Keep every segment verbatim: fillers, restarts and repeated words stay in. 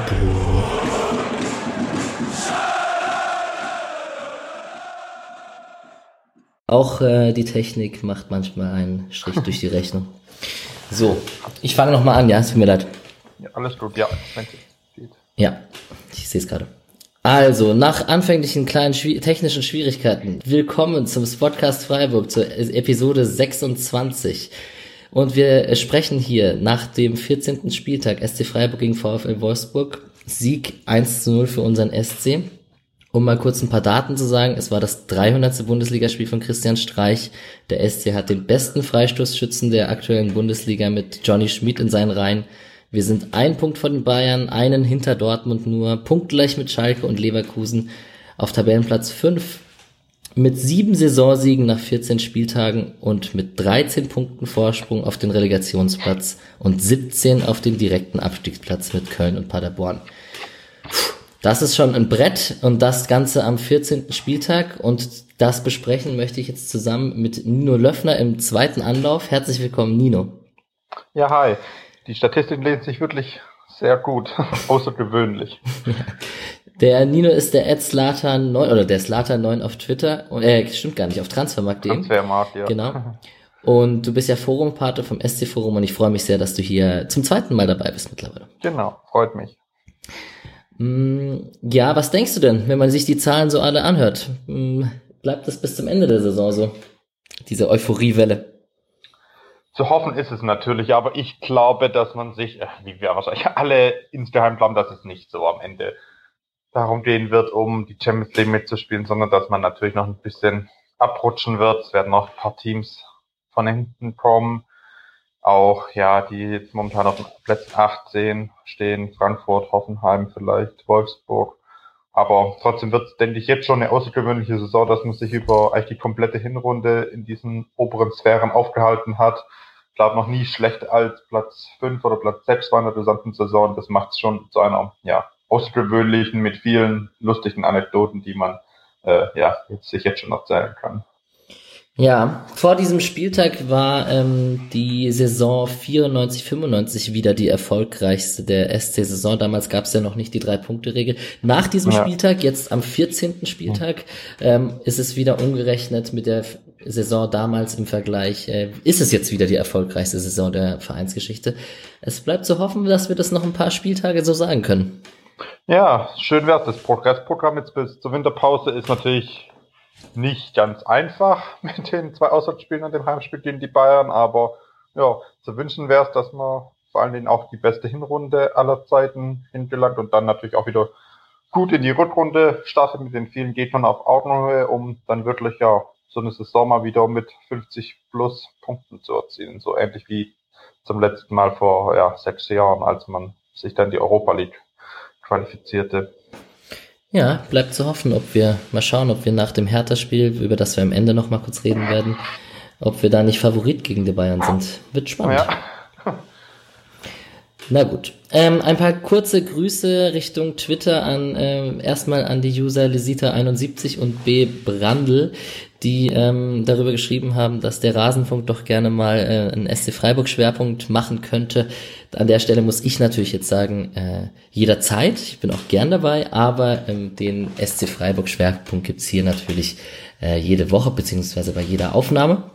Auch äh, die Technik macht manchmal einen Strich durch die Rechnung. So, ich fange nochmal an, ja, es tut mir leid. Ja, alles gut, ja, wenn es geht. Ja, ich sehe es gerade. Also, nach anfänglichen kleinen schwi- technischen Schwierigkeiten, willkommen zum Spotcast Freiburg, zur Episode sechsundzwanzig. Und wir sprechen hier nach dem vierzehnten Spieltag S C Freiburg gegen VfL Wolfsburg. Sieg eins zu null für unseren S C. Um mal kurz ein paar Daten zu sagen, es war das dreihundertste Bundesligaspiel von Christian Streich. Der S C hat den besten Freistoßschützen der aktuellen Bundesliga mit Johnny Schmid in seinen Reihen. Wir sind ein Punkt vor den Bayern, einen hinter Dortmund nur, punktgleich mit Schalke und Leverkusen auf Tabellenplatz fünf. Mit sieben Saisonsiegen nach vierzehn Spieltagen und mit dreizehn Punkten Vorsprung auf den Relegationsplatz und siebzehn auf den direkten Abstiegsplatz mit Köln und Paderborn. Das ist schon ein Brett und das Ganze am vierzehnten Spieltag und das besprechen möchte ich jetzt zusammen mit Nino Löffner im zweiten Anlauf. Herzlich willkommen, Nino. Ja, hi. Die Statistiken lesen sich wirklich sehr gut, außergewöhnlich. Ja. Der Nino ist der Slatan neun oder der Slatan neun auf Twitter, äh, stimmt gar nicht, auf transfermarkt punkt de. Transfermarkt, ja. Genau. Und du bist ja Forumpate vom S C-Forum und ich freue mich sehr, dass du hier zum zweiten Mal dabei bist mittlerweile. Genau, freut mich. Ja, was denkst du denn, wenn man sich die Zahlen so alle anhört? Bleibt das bis zum Ende der Saison so? Diese Euphoriewelle? Zu hoffen ist es natürlich, aber ich glaube, dass man sich, wie wir wahrscheinlich alle insgeheim glauben, dass es nicht so am Ende darum gehen wird, um die Champions League mitzuspielen, sondern dass man natürlich noch ein bisschen abrutschen wird. Es werden noch ein paar Teams von hinten kommen. Auch, ja, die jetzt momentan auf Platz achtzehn stehen, Frankfurt, Hoffenheim vielleicht, Wolfsburg. Aber trotzdem wird es, denke ich, jetzt schon eine außergewöhnliche Saison, dass man sich über eigentlich die komplette Hinrunde in diesen oberen Sphären aufgehalten hat. Ich glaube, noch nie schlechter als Platz fünf oder Platz sechs war in der gesamten Saison. Das macht es schon zu einer, ja, außergewöhnlichen, mit vielen lustigen Anekdoten, die man, äh, ja, jetzt, sich jetzt schon erzählen kann. Ja, vor diesem Spieltag war ähm, die Saison vierundneunzig fünfundneunzig wieder die erfolgreichste der S C-Saison. Damals gab es ja noch nicht die Drei-Punkte-Regel. Nach diesem ja. Spieltag, jetzt am vierzehnten Spieltag, ähm, ist es wieder umgerechnet mit der Saison damals im Vergleich. Äh, ist es jetzt wieder die erfolgreichste Saison der Vereinsgeschichte. Es bleibt zu hoffen, dass wir das noch ein paar Spieltage so sagen können. Ja, schön wär's. Das Progressprogramm jetzt bis zur Winterpause ist natürlich nicht ganz einfach mit den zwei Auswärtsspielen und dem Heimspiel gegen die Bayern, aber ja, zu wünschen wäre es, dass man vor allen Dingen auch die beste Hinrunde aller Zeiten hingelangt und dann natürlich auch wieder gut in die Rückrunde startet mit den vielen Gegnern auf Augenhöhe, um dann wirklich ja so eine Saison mal wieder mit fünfzig plus Punkten zu erzielen, so ähnlich wie zum letzten Mal vor ja, sechs Jahren, als man sich dann die Europa League qualifizierte. Ja, bleibt zu hoffen, ob wir, mal schauen, ob wir nach dem Hertha-Spiel, über das wir am Ende noch mal kurz reden werden, ob wir da nicht Favorit gegen die Bayern sind. Wird spannend. Ja. Na gut. Ähm, ein paar kurze Grüße Richtung Twitter an, ähm, erstmal an die User Lisita einundsiebzig und B. Brandl, die ähm, darüber geschrieben haben, dass der Rasenfunk doch gerne mal äh, einen S C Freiburg-Schwerpunkt machen könnte. An der Stelle muss ich natürlich jetzt sagen, äh, jederzeit, ich bin auch gern dabei, aber ähm, den S C Freiburg-Schwerpunkt gibt's hier natürlich äh, jede Woche, beziehungsweise bei jeder Aufnahme.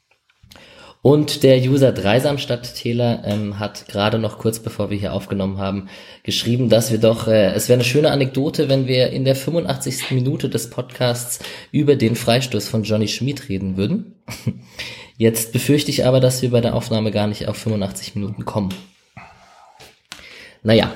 Und der User Dreisamstadttäler ähm, hat gerade noch kurz bevor wir hier aufgenommen haben, geschrieben, dass wir doch, äh, es wäre eine schöne Anekdote, wenn wir in der fünfundachtzigsten Minute des Podcasts über den Freistoß von Johnny Schmid reden würden. Jetzt befürchte ich aber, dass wir bei der Aufnahme gar nicht auf fünfundachtzig Minuten kommen. Naja.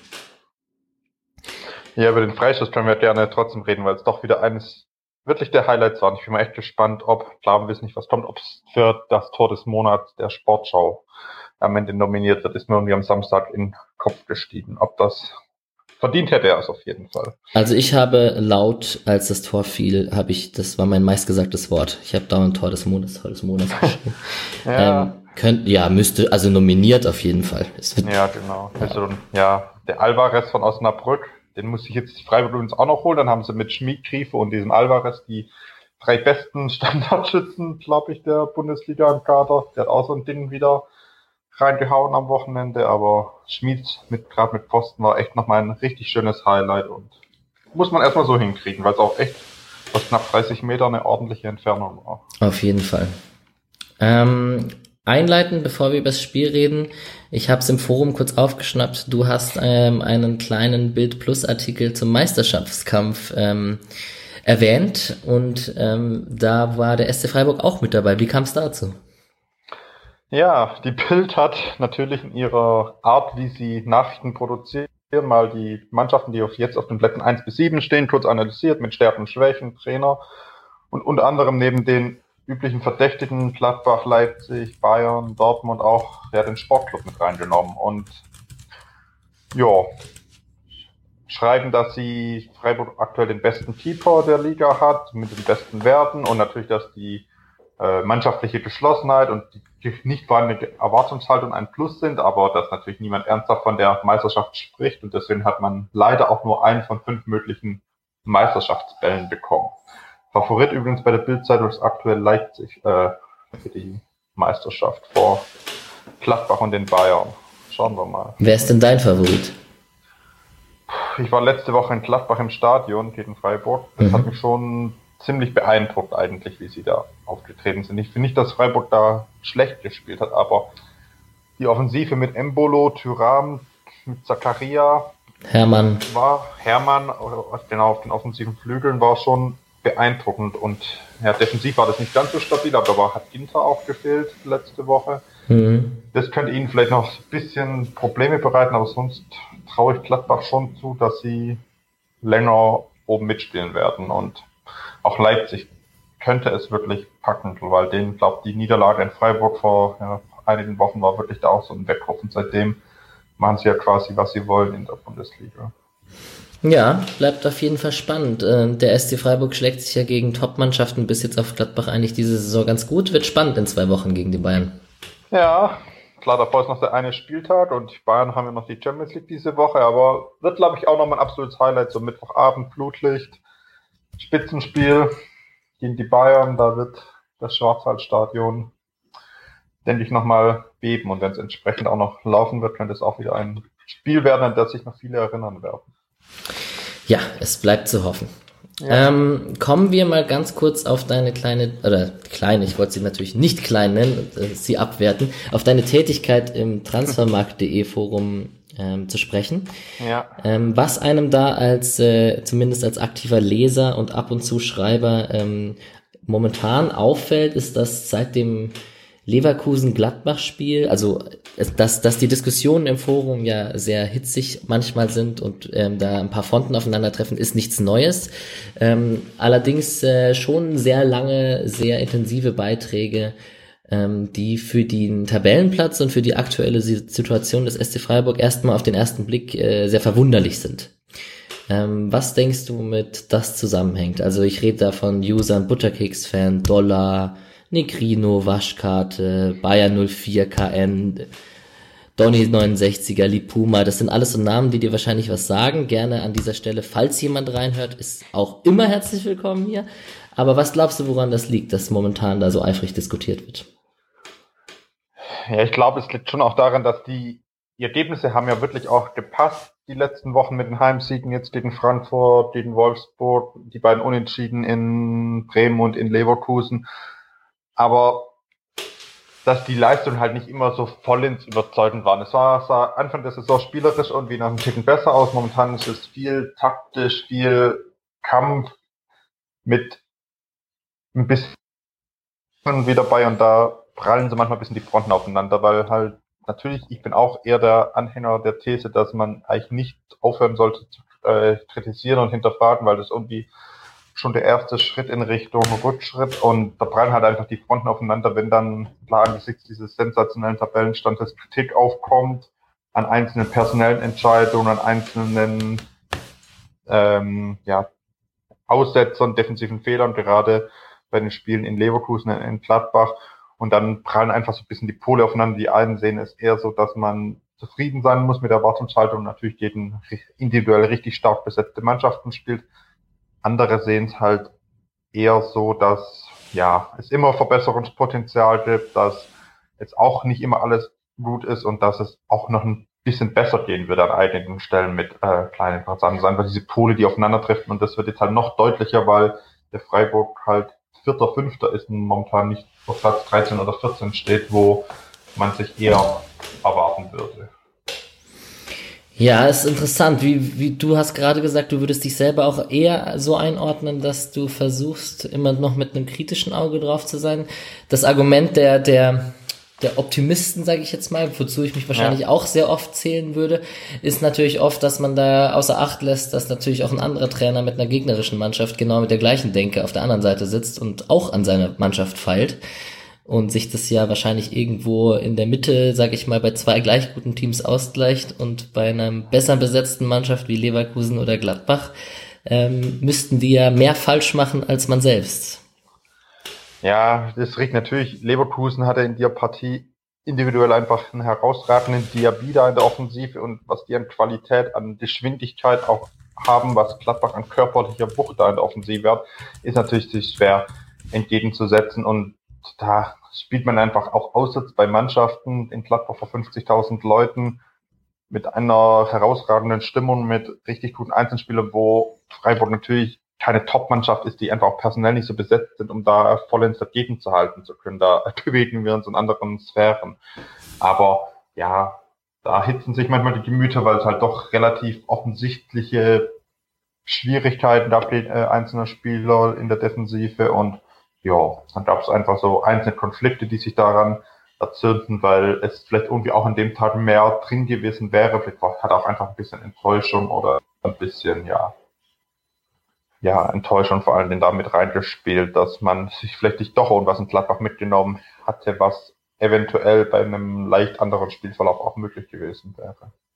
Ja, über den Freistoß können wir gerne trotzdem reden, weil es doch wieder eines wirklich der Highlights waren. Ich bin mal echt gespannt, ob, klar, wir wissen nicht, was kommt, ob es für das Tor des Monats der Sportschau am Ende nominiert wird, ist mir irgendwie am Samstag in den Kopf gestiegen. Ob das verdient hätte er es auf jeden Fall. Also ich habe laut, als das Tor fiel, habe ich, das war mein meistgesagtes Wort. Ich habe dauernd Tor des Monats, Tor des Monats geschrieben. ja. Ähm, könnt, ja, müsste, also nominiert auf jeden Fall. Es wird, ja, genau. Ja. Also, ja, der Alvarez von Osnabrück, den muss ich jetzt Freiburg übrigens auch noch holen. Dann haben sie mit Schmid, Grifo und diesem Alvarez die drei besten Standardschützen, glaube ich, der Bundesliga im Kader. Der hat auch so ein Ding wieder reingehauen am Wochenende, aber Schmid mit gerade mit Pfosten war echt nochmal ein richtig schönes Highlight und muss man erstmal so hinkriegen, weil es auch echt aus knapp dreißig Metern eine ordentliche Entfernung war. Auf jeden Fall. Ähm, einleitend, bevor wir über das Spiel reden, ich habe es im Forum kurz aufgeschnappt, du hast ähm, einen kleinen Bild-Plus-Artikel zum Meisterschaftskampf ähm, erwähnt und ähm, da war der S C Freiburg auch mit dabei. Wie kam es dazu? Ja, die Bild hat natürlich in ihrer Art, wie sie Nachrichten produzieren, mal die Mannschaften, die auf jetzt auf den Plätzen eins bis sieben stehen, kurz analysiert mit Stärken und Schwächen, Trainer und unter anderem neben den üblichen Verdächtigen Gladbach, Leipzig, Bayern, Dortmund auch ja, den Sportclub mit reingenommen und ja, schreiben, dass sie Freiburg aktuell den besten Keeper der Liga hat, mit den besten Werten und natürlich, dass die äh, mannschaftliche Geschlossenheit und die nicht vorhandene Erwartungshaltung ein Plus sind, aber dass natürlich niemand ernsthaft von der Meisterschaft spricht und deswegen hat man leider auch nur einen von fünf möglichen Meisterschaftsbällen bekommen. Favorit übrigens bei der Bild-Zeitung ist aktuell Leipzig äh, für die Meisterschaft vor Gladbach und den Bayern. Schauen wir mal. Wer ist denn dein Favorit? Ich war letzte Woche in Gladbach im Stadion gegen Freiburg. Das mhm. hat mich schon ziemlich beeindruckt eigentlich, wie sie da aufgetreten sind. Ich finde nicht, dass Freiburg da schlecht gespielt hat, aber die Offensive mit Embolo, Thuram, mit Zakaria, Hermann war Hermann, oder genau auf den offensiven Flügeln war schon beeindruckend und ja, defensiv war das nicht ganz so stabil, aber da war, hat Ginter auch gefehlt letzte Woche. Mhm. Das könnte ihnen vielleicht noch ein bisschen Probleme bereiten, aber sonst traue ich Gladbach schon zu, dass sie länger oben mitspielen werden und auch Leipzig könnte es wirklich packen, weil denen, glaube die Niederlage in Freiburg vor ja, einigen Wochen war wirklich da auch so ein Weckruf und seitdem machen sie ja quasi, was sie wollen in der Bundesliga. Ja, bleibt auf jeden Fall spannend. Der S C Freiburg schlägt sich ja gegen Top-Mannschaften bis jetzt auf Gladbach eigentlich diese Saison ganz gut. Wird spannend in zwei Wochen gegen die Bayern. Ja, klar, davor ist noch der eine Spieltag und die Bayern haben ja noch die Champions League diese Woche, aber wird, glaube ich, auch nochmal ein absolutes Highlight, so Mittwochabend, Flutlicht, Spitzenspiel gegen die Bayern, da wird das Schwarzwaldstadion, denke ich, nochmal beben und wenn es entsprechend auch noch laufen wird, könnte es auch wieder ein Spiel werden, an das sich noch viele erinnern werden. Ja, es bleibt zu hoffen. Ja. Ähm, kommen wir mal ganz kurz auf deine kleine, oder kleine, ich wollte sie natürlich nicht klein nennen, äh, sie abwerten, auf deine Tätigkeit im Transfermarkt punkt de Forum ähm, zu sprechen. Ja. Ähm, was einem da als, äh, zumindest als aktiver Leser und ab und zu Schreiber ähm, momentan auffällt, ist, dass seit dem Leverkusen-Gladbach-Spiel, also dass, dass die Diskussionen im Forum ja sehr hitzig manchmal sind und ähm, da ein paar Fronten aufeinandertreffen, ist nichts Neues. Ähm, allerdings äh, schon sehr lange, sehr intensive Beiträge, ähm, die für den Tabellenplatz und für die aktuelle Situation des S C Freiburg erstmal auf den ersten Blick äh, sehr verwunderlich sind. Ähm, was denkst du mit das zusammenhängt? Also ich rede da von Usern, Butterkeks-Fan, Dollar, Negrino, Waschkarte, Bayer null vier, K N, Donny neunundsechziger, Lipuma, das sind alles so Namen, die dir wahrscheinlich was sagen. Gerne an dieser Stelle, falls jemand reinhört, ist auch immer herzlich willkommen hier. Aber was glaubst du, woran das liegt, dass momentan da so eifrig diskutiert wird? Ja, ich glaube, es liegt schon auch daran, dass die, die Ergebnisse haben ja wirklich auch gepasst, die letzten Wochen mit den Heimsiegen jetzt gegen Frankfurt, gegen Wolfsburg, die beiden Unentschieden in Bremen und in Leverkusen. Aber dass die Leistungen halt nicht immer so vollends überzeugend waren. Es war, sah Anfang der Saison spielerisch irgendwie nach einem Ticken besser aus. Momentan ist es viel taktisch, viel Kampf mit ein bisschen wieder bei und da prallen sie manchmal ein bisschen die Fronten aufeinander, weil halt natürlich, ich bin auch eher der Anhänger der These, dass man eigentlich nicht aufhören sollte zu äh, kritisieren und hinterfragen, weil das irgendwie schon der erste Schritt in Richtung Rückschritt und da prallen halt einfach die Fronten aufeinander, wenn dann klar angesichts dieses sensationellen Tabellenstandes Kritik aufkommt an einzelnen personellen Entscheidungen, an einzelnen ähm, ja, Aussetzern, defensiven Fehlern, gerade bei den Spielen in Leverkusen, in Gladbach und dann prallen einfach so ein bisschen die Pole aufeinander. Die einen sehen es eher so, dass man zufrieden sein muss mit der Erwartungshaltung, natürlich gegen individuell richtig stark besetzte Mannschaften spielt. Andere sehen es halt eher so, dass ja es immer Verbesserungspotenzial gibt, dass jetzt auch nicht immer alles gut ist und dass es auch noch ein bisschen besser gehen wird an einigen Stellen mit äh, kleinen Passanten. Einfach diese Pole, die aufeinandertreffen, und das wird jetzt halt noch deutlicher, weil der Freiburg halt Vierter, Fünfter ist und momentan nicht auf Platz dreizehn oder vierzehn steht, wo man sich eher erwarten würde. Ja, ist interessant. Wie, wie du hast gerade gesagt, du würdest dich selber auch eher so einordnen, dass du versuchst, immer noch mit einem kritischen Auge drauf zu sein. Das Argument der, der, der Optimisten, sage ich jetzt mal, wozu ich mich wahrscheinlich ja. auch sehr oft zählen würde, ist natürlich oft, dass man da außer Acht lässt, dass natürlich auch ein anderer Trainer mit einer gegnerischen Mannschaft genau mit der gleichen Denke auf der anderen Seite sitzt und auch an seine Mannschaft feilt. Und sich das ja wahrscheinlich irgendwo in der Mitte, sag ich mal, bei zwei gleich guten Teams ausgleicht, und bei einer besser besetzten Mannschaft wie Leverkusen oder Gladbach ähm, müssten die ja mehr falsch machen als man selbst. Ja, das riecht natürlich. Leverkusen hatte in der Partie individuell einfach einen herausragenden Diaby da in der Offensive, und was die an Qualität, an Geschwindigkeit auch haben, was Gladbach an körperlicher Wucht da in der Offensive hat, ist natürlich sich schwer entgegenzusetzen, und da spielt man einfach auch auswärts bei Mannschaften in Gladbach vor fünfzigtausend Leuten mit einer herausragenden Stimmung, mit richtig guten Einzelspielern, wo Freiburg natürlich keine Top-Mannschaft ist, die einfach auch personell nicht so besetzt sind, um da vollends dagegen zu halten zu können. Da bewegen wir uns in anderen Sphären. Aber ja, da hitzen sich manchmal die Gemüter, weil es halt doch relativ offensichtliche Schwierigkeiten gab, äh, einzelner Spieler in der Defensive, und ja, dann gab es einfach so einzelne Konflikte, die sich daran erzürnten, weil es vielleicht irgendwie auch an dem Tag mehr drin gewesen wäre. Vielleicht hat auch einfach ein bisschen Enttäuschung oder ein bisschen, ja, ja, Enttäuschung vor allem damit reingespielt, dass man sich vielleicht nicht doch irgendwas in Gladbach mitgenommen hatte, was eventuell bei einem leicht anderen Spielverlauf auch möglich gewesen wäre.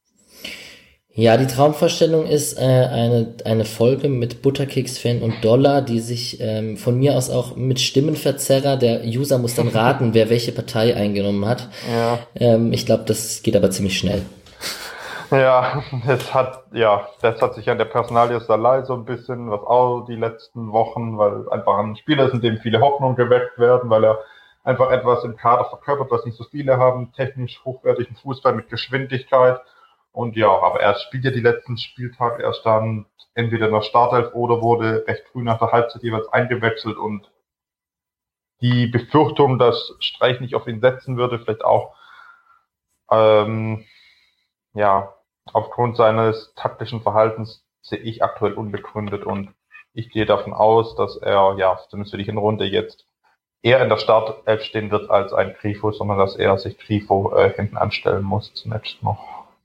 Ja, die Traumvorstellung ist äh, eine eine Folge mit Butterkeks-Fan und Dollar, die sich ähm, von mir aus auch mit Stimmenverzerrer, der User muss dann raten, wer welche Partei eingenommen hat. Ja. Ähm, ich glaube, das geht aber ziemlich schnell. Ja, das hat ja, das hat sich an der Personalie Salai so ein bisschen, was auch die letzten Wochen, weil einfach ein Spieler ist, in dem viele Hoffnungen geweckt werden, weil er einfach etwas im Kader verkörpert, was nicht so viele haben, technisch hochwertigen Fußball mit Geschwindigkeit. Und ja, aber er spielt ja die letzten Spieltage, er stand entweder in der Startelf oder wurde recht früh nach der Halbzeit jeweils eingewechselt, und die Befürchtung, dass Streich nicht auf ihn setzen würde, vielleicht auch ähm, ja aufgrund seines taktischen Verhaltens, sehe ich aktuell unbegründet, und ich gehe davon aus, dass er, ja, zumindest für die Hinrunde jetzt eher in der Startelf stehen wird als ein Grifo, sondern dass er sich Grifo äh, hinten anstellen muss zunächst noch.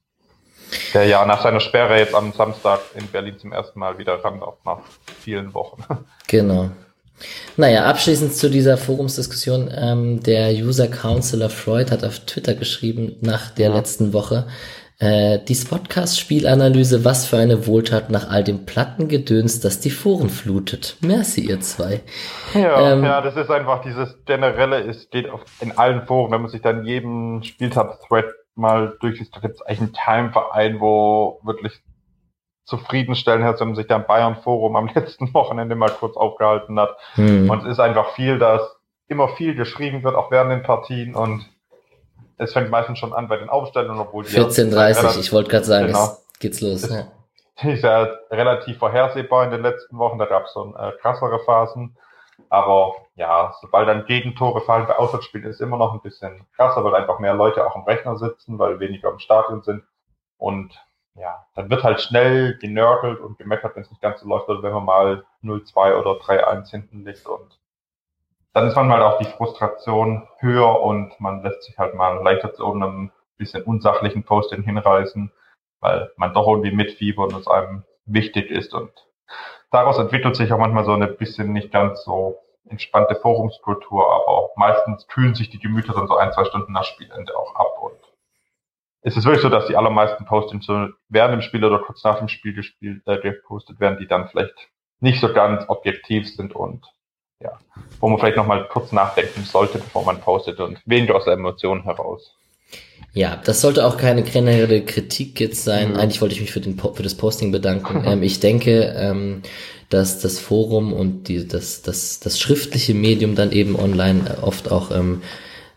Der ja nach seiner Sperre jetzt am Samstag in Berlin zum ersten Mal wieder ran darf, nach vielen Wochen. Genau. Naja, abschließend zu dieser Forumsdiskussion. Ähm, der User Counselor Freud hat auf Twitter geschrieben nach der ja. letzten Woche, äh, die Podcast-Spielanalyse, was für eine Wohltat nach all dem Plattengedöns, das die Foren flutet. Merci, ihr zwei. Ja, ähm, ja, das ist einfach dieses generelle, es steht auf, in allen Foren, wenn man sich dann jeden Spieltag-Thread mal durchliest, da gibt es eigentlich einen Time-Verein, wo wirklich zufriedenstellend ist, wenn man sich da im Bayern-Forum am letzten Wochenende mal kurz aufgehalten hat. Hm. Und es ist einfach viel, dass immer viel geschrieben wird, auch während den Partien, und es fängt meistens schon an bei den Aufstellungen, obwohl die vierzehn Uhr dreißig, ich wollte gerade sagen, genau, es geht's los. Ist, ja. ist ja relativ vorhersehbar in den letzten Wochen, da gab es so äh, krassere Phasen. Aber ja, sobald dann Gegentore fallen bei Auswärtsspielen, ist es immer noch ein bisschen krasser, weil einfach mehr Leute auch am Rechner sitzen, weil weniger im Stadion sind. Und ja, dann wird halt schnell genörgelt und gemeckert, wenn es nicht ganz so läuft, oder wenn man mal null zwei oder drei eins hinten liegt. Und dann ist manchmal auch die Frustration höher, und man lässt sich halt mal leichter zu einem bisschen unsachlichen Posting hinreißen, weil man doch irgendwie mitfiebert und es einem wichtig ist. Und daraus entwickelt sich auch manchmal so eine bisschen nicht ganz so entspannte Forumskultur, aber meistens kühlen sich die Gemüter dann so ein, zwei Stunden nach Spielende auch ab. Und es ist wirklich so, dass die allermeisten Postings so während dem Spiel oder kurz nach dem Spiel gespielt, äh, gepostet werden, die dann vielleicht nicht so ganz objektiv sind und ja, wo man vielleicht nochmal kurz nachdenken sollte, bevor man postet, und weniger aus der Emotion heraus. Ja, das sollte auch keine generelle Kritik jetzt sein. Mhm. Eigentlich wollte ich mich für, den, für das Posting bedanken. ähm, ich denke, ähm, dass das Forum und die, das, das, das schriftliche Medium dann eben online oft auch ähm,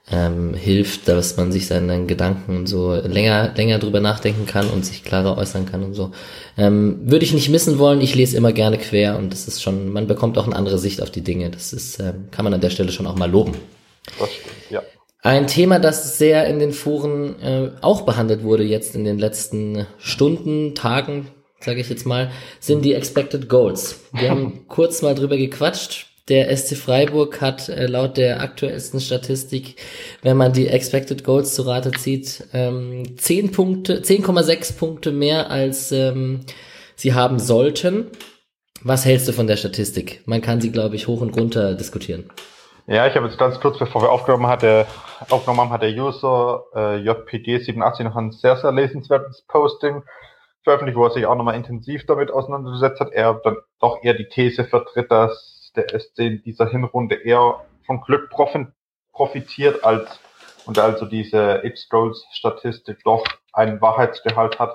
ähm, hilft, dass man sich seinen Gedanken so länger länger drüber nachdenken kann und sich klarer äußern kann und so. Ähm, würde ich nicht missen wollen. Ich lese immer gerne quer und das ist schon, man bekommt auch eine andere Sicht auf die Dinge. Das ist, ähm, kann man an der Stelle schon auch mal loben. Das stimmt, ja. Ein Thema, das sehr in den Foren äh, auch behandelt wurde jetzt in den letzten Stunden, Tagen, sage ich jetzt mal, sind die Expected Goals. Wir haben kurz mal drüber gequatscht. Der S C Freiburg hat äh, laut der aktuellsten Statistik, wenn man die Expected Goals zu Rate zieht, ähm, zehn Punkte, zehn Komma sechs Punkte mehr als ähm, sie haben sollten. Was hältst du von der Statistik? Man kann sie, glaube ich, hoch und runter diskutieren. Ja, ich habe jetzt ganz kurz, bevor wir aufgenommen, hatte, aufgenommen haben, hat der User äh, J P G siebenundachtzig noch ein sehr, sehr lesenswertes Posting veröffentlicht, wo er sich auch nochmal intensiv damit auseinandergesetzt hat. Er dann doch eher die These vertritt, dass der S C in dieser Hinrunde eher von Glück profitiert, als und also diese X-Goals-Statistik doch einen Wahrheitsgehalt hat.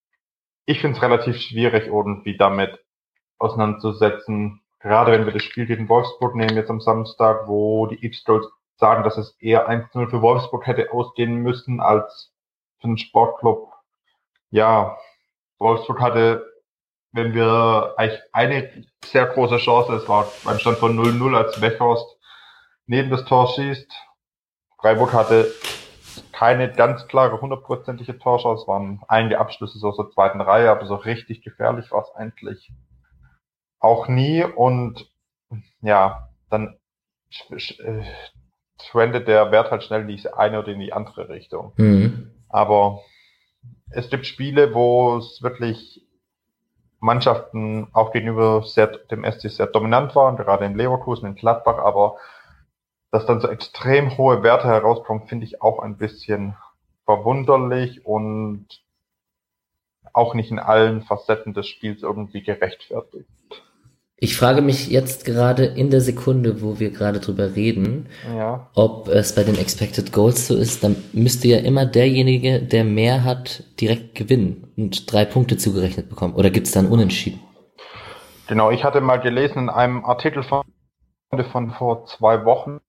Ich finde es relativ schwierig, irgendwie damit auseinanderzusetzen. Gerade wenn wir das Spiel gegen Wolfsburg nehmen, jetzt am Samstag, wo die X-Goals sagen, dass es eher eins zu null für Wolfsburg hätte ausgehen müssen als für den Sportclub. Ja, Wolfsburg hatte, wenn wir eigentlich eine sehr große Chance, es war beim Stand von null null, als Weghorst neben das Tor schießt. Freiburg hatte keine ganz klare hundertprozentige Torchance, es waren einige Abschlüsse so aus der zweiten Reihe, aber so richtig gefährlich war es eigentlich auch nie. Und ja, dann äh, trendet der Wert halt schnell in diese eine oder in die andere Richtung. Mhm. Aber es gibt Spiele, wo es wirklich Mannschaften auch gegenüber sehr, dem S C sehr dominant waren, gerade in Leverkusen, in Gladbach, aber dass dann so extrem hohe Werte herauskommen, finde ich auch ein bisschen verwunderlich und auch nicht in allen Facetten des Spiels irgendwie gerechtfertigt. Ich frage mich jetzt gerade in der Sekunde, wo wir gerade drüber reden, ja, ob es bei den Expected Goals so ist, dann müsste ja immer derjenige, der mehr hat, direkt gewinnen und drei Punkte zugerechnet bekommen. Oder gibt es dann Unentschieden? Genau, ich hatte mal gelesen in einem Artikel von, von vor zwei Wochen,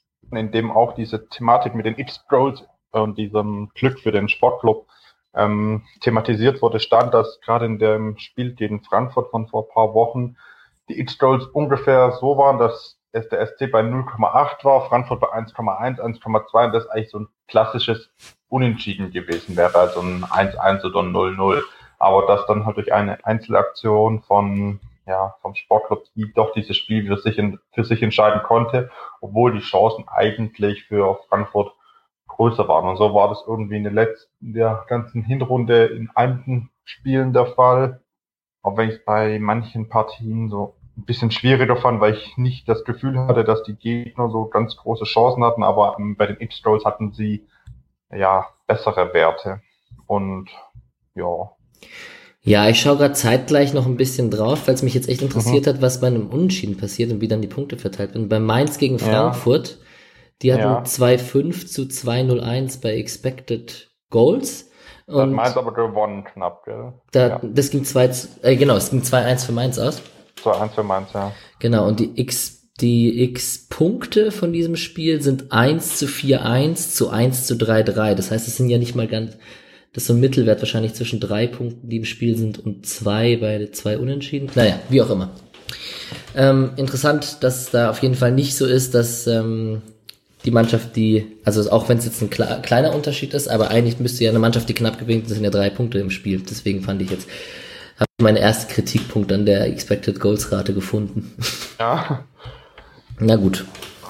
in dem auch diese Thematik mit den X-Goals und diesem Glück für den Sportclub ähm, thematisiert wurde, stand, dass gerade in dem Spiel gegen Frankfurt von vor ein paar Wochen die X-Goals ungefähr so waren, dass es der S C bei null Komma acht war, Frankfurt bei eins Komma eins, eins Komma zwei und das eigentlich so ein klassisches Unentschieden gewesen wäre, also ein eins eins oder ein null null. Aber das dann halt durch eine Einzelaktion von, ja, vom Sportclub, die doch dieses Spiel für sich, in, für sich entscheiden konnte, obwohl die Chancen eigentlich für Frankfurt größer waren. Und so war das irgendwie in der letzten, in der ganzen Hinrunde in einigen Spielen der Fall. Auch wenn ich es bei manchen Partien so ein bisschen schwieriger fand, weil ich nicht das Gefühl hatte, dass die Gegner so ganz große Chancen hatten, aber ähm, bei den X-Goals hatten sie ja bessere Werte. Und ja. Ja, ich schaue gerade zeitgleich noch ein bisschen drauf, weil es mich jetzt echt interessiert mhm. hat, was bei einem Unentschieden passiert und wie dann die Punkte verteilt werden. Bei Mainz gegen Frankfurt, ja. die hatten ja. zwei fünf zu zwei null eins bei Expected Goals. Und hat Mainz aber gewonnen knapp, gell? Da, ja. Das ging zwei, äh, genau, es ging zwei eins für Mainz aus. zwei eins für Mainz, ja. Genau, und die X, die X-Punkte von diesem Spiel sind eins zu vier eins zu eins zu drei drei. Das heißt, es sind ja nicht mal ganz, das ist so ein Mittelwert wahrscheinlich zwischen drei Punkten, die im Spiel sind, und zwei bei zwei Unentschieden. Naja, wie auch immer. Ähm, interessant, dass da auf jeden Fall nicht so ist, dass ähm, die Mannschaft, die, also auch wenn es jetzt ein kle- kleiner Unterschied ist, aber eigentlich müsste ja eine Mannschaft, die knapp gewinnt, das sind ja drei Punkte im Spiel. Deswegen fand ich jetzt, habe ich meinen ersten Kritikpunkt an der Expected Goals Rate gefunden. Ja. Na gut.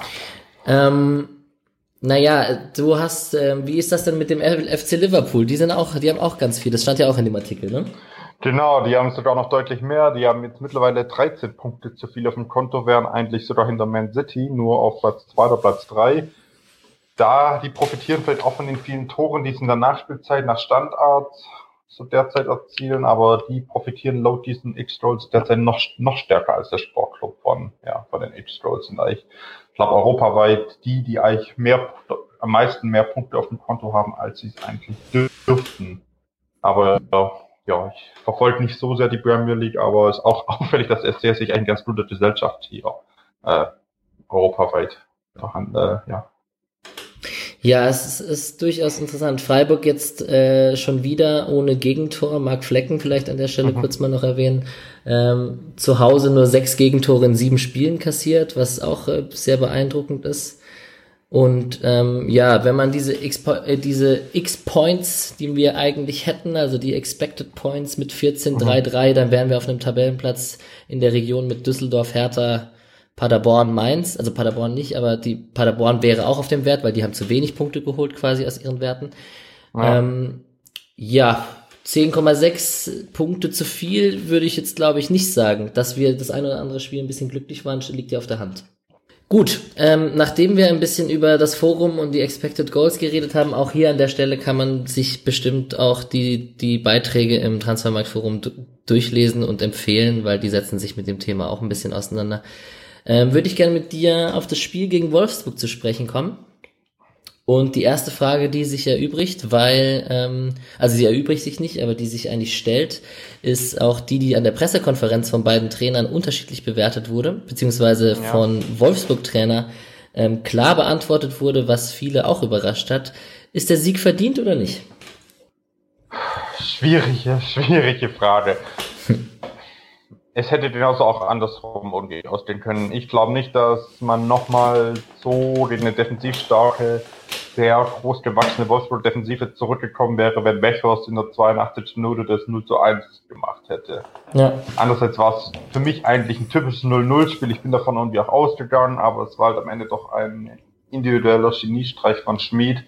Ähm, naja, du hast, äh, wie ist das denn mit dem F C Liverpool? Die sind auch, die haben auch ganz viel, das stand ja auch in dem Artikel, ne? Genau, die haben sogar noch deutlich mehr. Die haben jetzt mittlerweile dreizehn Punkte zu viel auf dem Konto, wären eigentlich sogar hinter Man City, nur auf Platz zwei oder Platz drei. Da, die profitieren vielleicht auch von den vielen Toren, die sie in der Nachspielzeit nach Standard so derzeit erzielen, aber die profitieren laut diesen X-Goals derzeit noch, noch stärker als der Sportclub von, ja, von den X-Goals. Sind eigentlich, ich glaube, europaweit die, die eigentlich mehr, am meisten mehr Punkte auf dem Konto haben, als sie es eigentlich dürften. Aber, ja, ich verfolge nicht so sehr die Premier League, aber es ist auch auffällig, dass S C sich eine ganz gute Gesellschaft hier äh, europaweit äh, ja. Ja, es ist, ist durchaus interessant. Freiburg jetzt äh, schon wieder ohne Gegentor. Marc Flecken vielleicht an der Stelle mhm. kurz mal noch erwähnen. Ähm, zu Hause nur sechs Gegentore in sieben Spielen kassiert, was auch äh, sehr beeindruckend ist. Und ähm, ja, wenn man diese X, äh, diese X-Points, die wir eigentlich hätten, also die Expected Points mit vierzehn drei drei, mhm. dann wären wir auf einem Tabellenplatz in der Region mit Düsseldorf, Hertha, Paderborn, Mainz, also Paderborn nicht, aber die Paderborn wäre auch auf dem Wert, weil die haben zu wenig Punkte geholt quasi aus ihren Werten. Ja, ähm, ja zehn Komma sechs Punkte zu viel würde ich jetzt glaube ich nicht sagen. Dass wir das eine oder andere Spiel ein bisschen glücklich waren, liegt ja auf der Hand. Gut, ähm, nachdem wir ein bisschen über das Forum und die Expected Goals geredet haben, auch hier an der Stelle kann man sich bestimmt auch die die Beiträge im Transfermarktforum d- durchlesen und empfehlen, weil die setzen sich mit dem Thema auch ein bisschen auseinander. Ähm, würde ich gerne mit dir auf das Spiel gegen Wolfsburg zu sprechen kommen. Und die erste Frage, die sich erübrigt, weil, ähm, also sie erübrigt sich nicht, aber die sich eigentlich stellt, ist auch die, die an der Pressekonferenz von beiden Trainern unterschiedlich bewertet wurde, beziehungsweise ja. von Wolfsburg-Trainer ähm, klar beantwortet wurde, was viele auch überrascht hat. Ist der Sieg verdient oder nicht? Schwierige, schwierige Frage. Es hätte genauso auch andersrum ausgehen können. Ich glaube nicht, dass man nochmal so gegen eine defensiv starke, sehr groß gewachsene Wolfsburg-Defensive zurückgekommen wäre, wenn Weghorst in der zweiundachtzigsten Minute das null zu eins gemacht hätte. Ja. Andererseits war es für mich eigentlich ein typisches null null Spiel. Ich bin davon irgendwie auch ausgegangen, aber es war halt am Ende doch ein individueller Geniestreich von Schmid,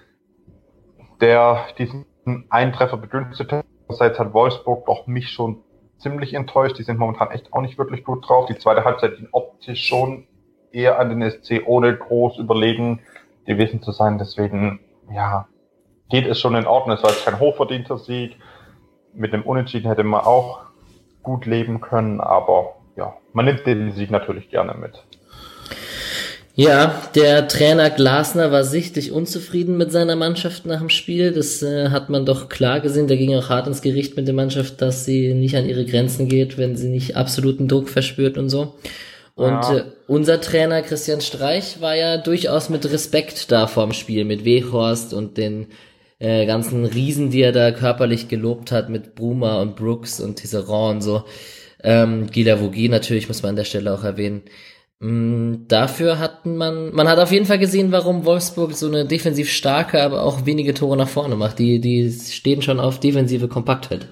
der diesen Eintreffer begünstigt hat. Andererseits hat Wolfsburg doch mich schon ziemlich enttäuscht. Die sind momentan echt auch nicht wirklich gut drauf. Die zweite Halbzeit ging optisch schon eher an den S C, ohne groß überlegen gewesen zu sein. Deswegen, ja, geht es schon in Ordnung. Es war jetzt kein hochverdienter Sieg. Mit dem Unentschieden hätte man auch gut leben können, aber ja, man nimmt den Sieg natürlich gerne mit. Ja, der Trainer Glasner war sichtlich unzufrieden mit seiner Mannschaft nach dem Spiel. Das äh, hat man doch klar gesehen. Der ging auch hart ins Gericht mit der Mannschaft, dass sie nicht an ihre Grenzen geht, wenn sie nicht absoluten Druck verspürt und so. Und ja. äh, unser Trainer Christian Streich war ja durchaus mit Respekt da vorm Spiel, mit Weghorst und den äh, ganzen Riesen, die er da körperlich gelobt hat, mit Bruma und Brooks und Tisserand und so. Ähm, Guilavogui natürlich, muss man an der Stelle auch erwähnen. Dafür hat man, man hat auf jeden Fall gesehen, warum Wolfsburg so eine defensiv starke, aber auch wenige Tore nach vorne macht. Die, die stehen schon auf defensive Kompaktheit.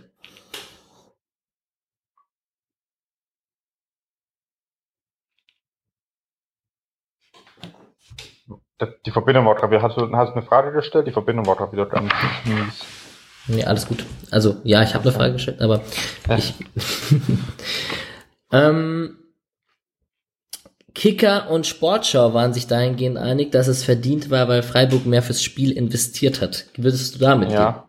Die Verbindung war gerade, hast du hast eine Frage gestellt? Die Verbindung war gerade wieder ganz mies. Nee, alles gut. Also, ja, ich habe eine Frage gestellt, aber ja. ich, ähm, Kicker und Sportschau waren sich dahingehend einig, dass es verdient war, weil Freiburg mehr fürs Spiel investiert hat. Würdest du damit gehen? Ja.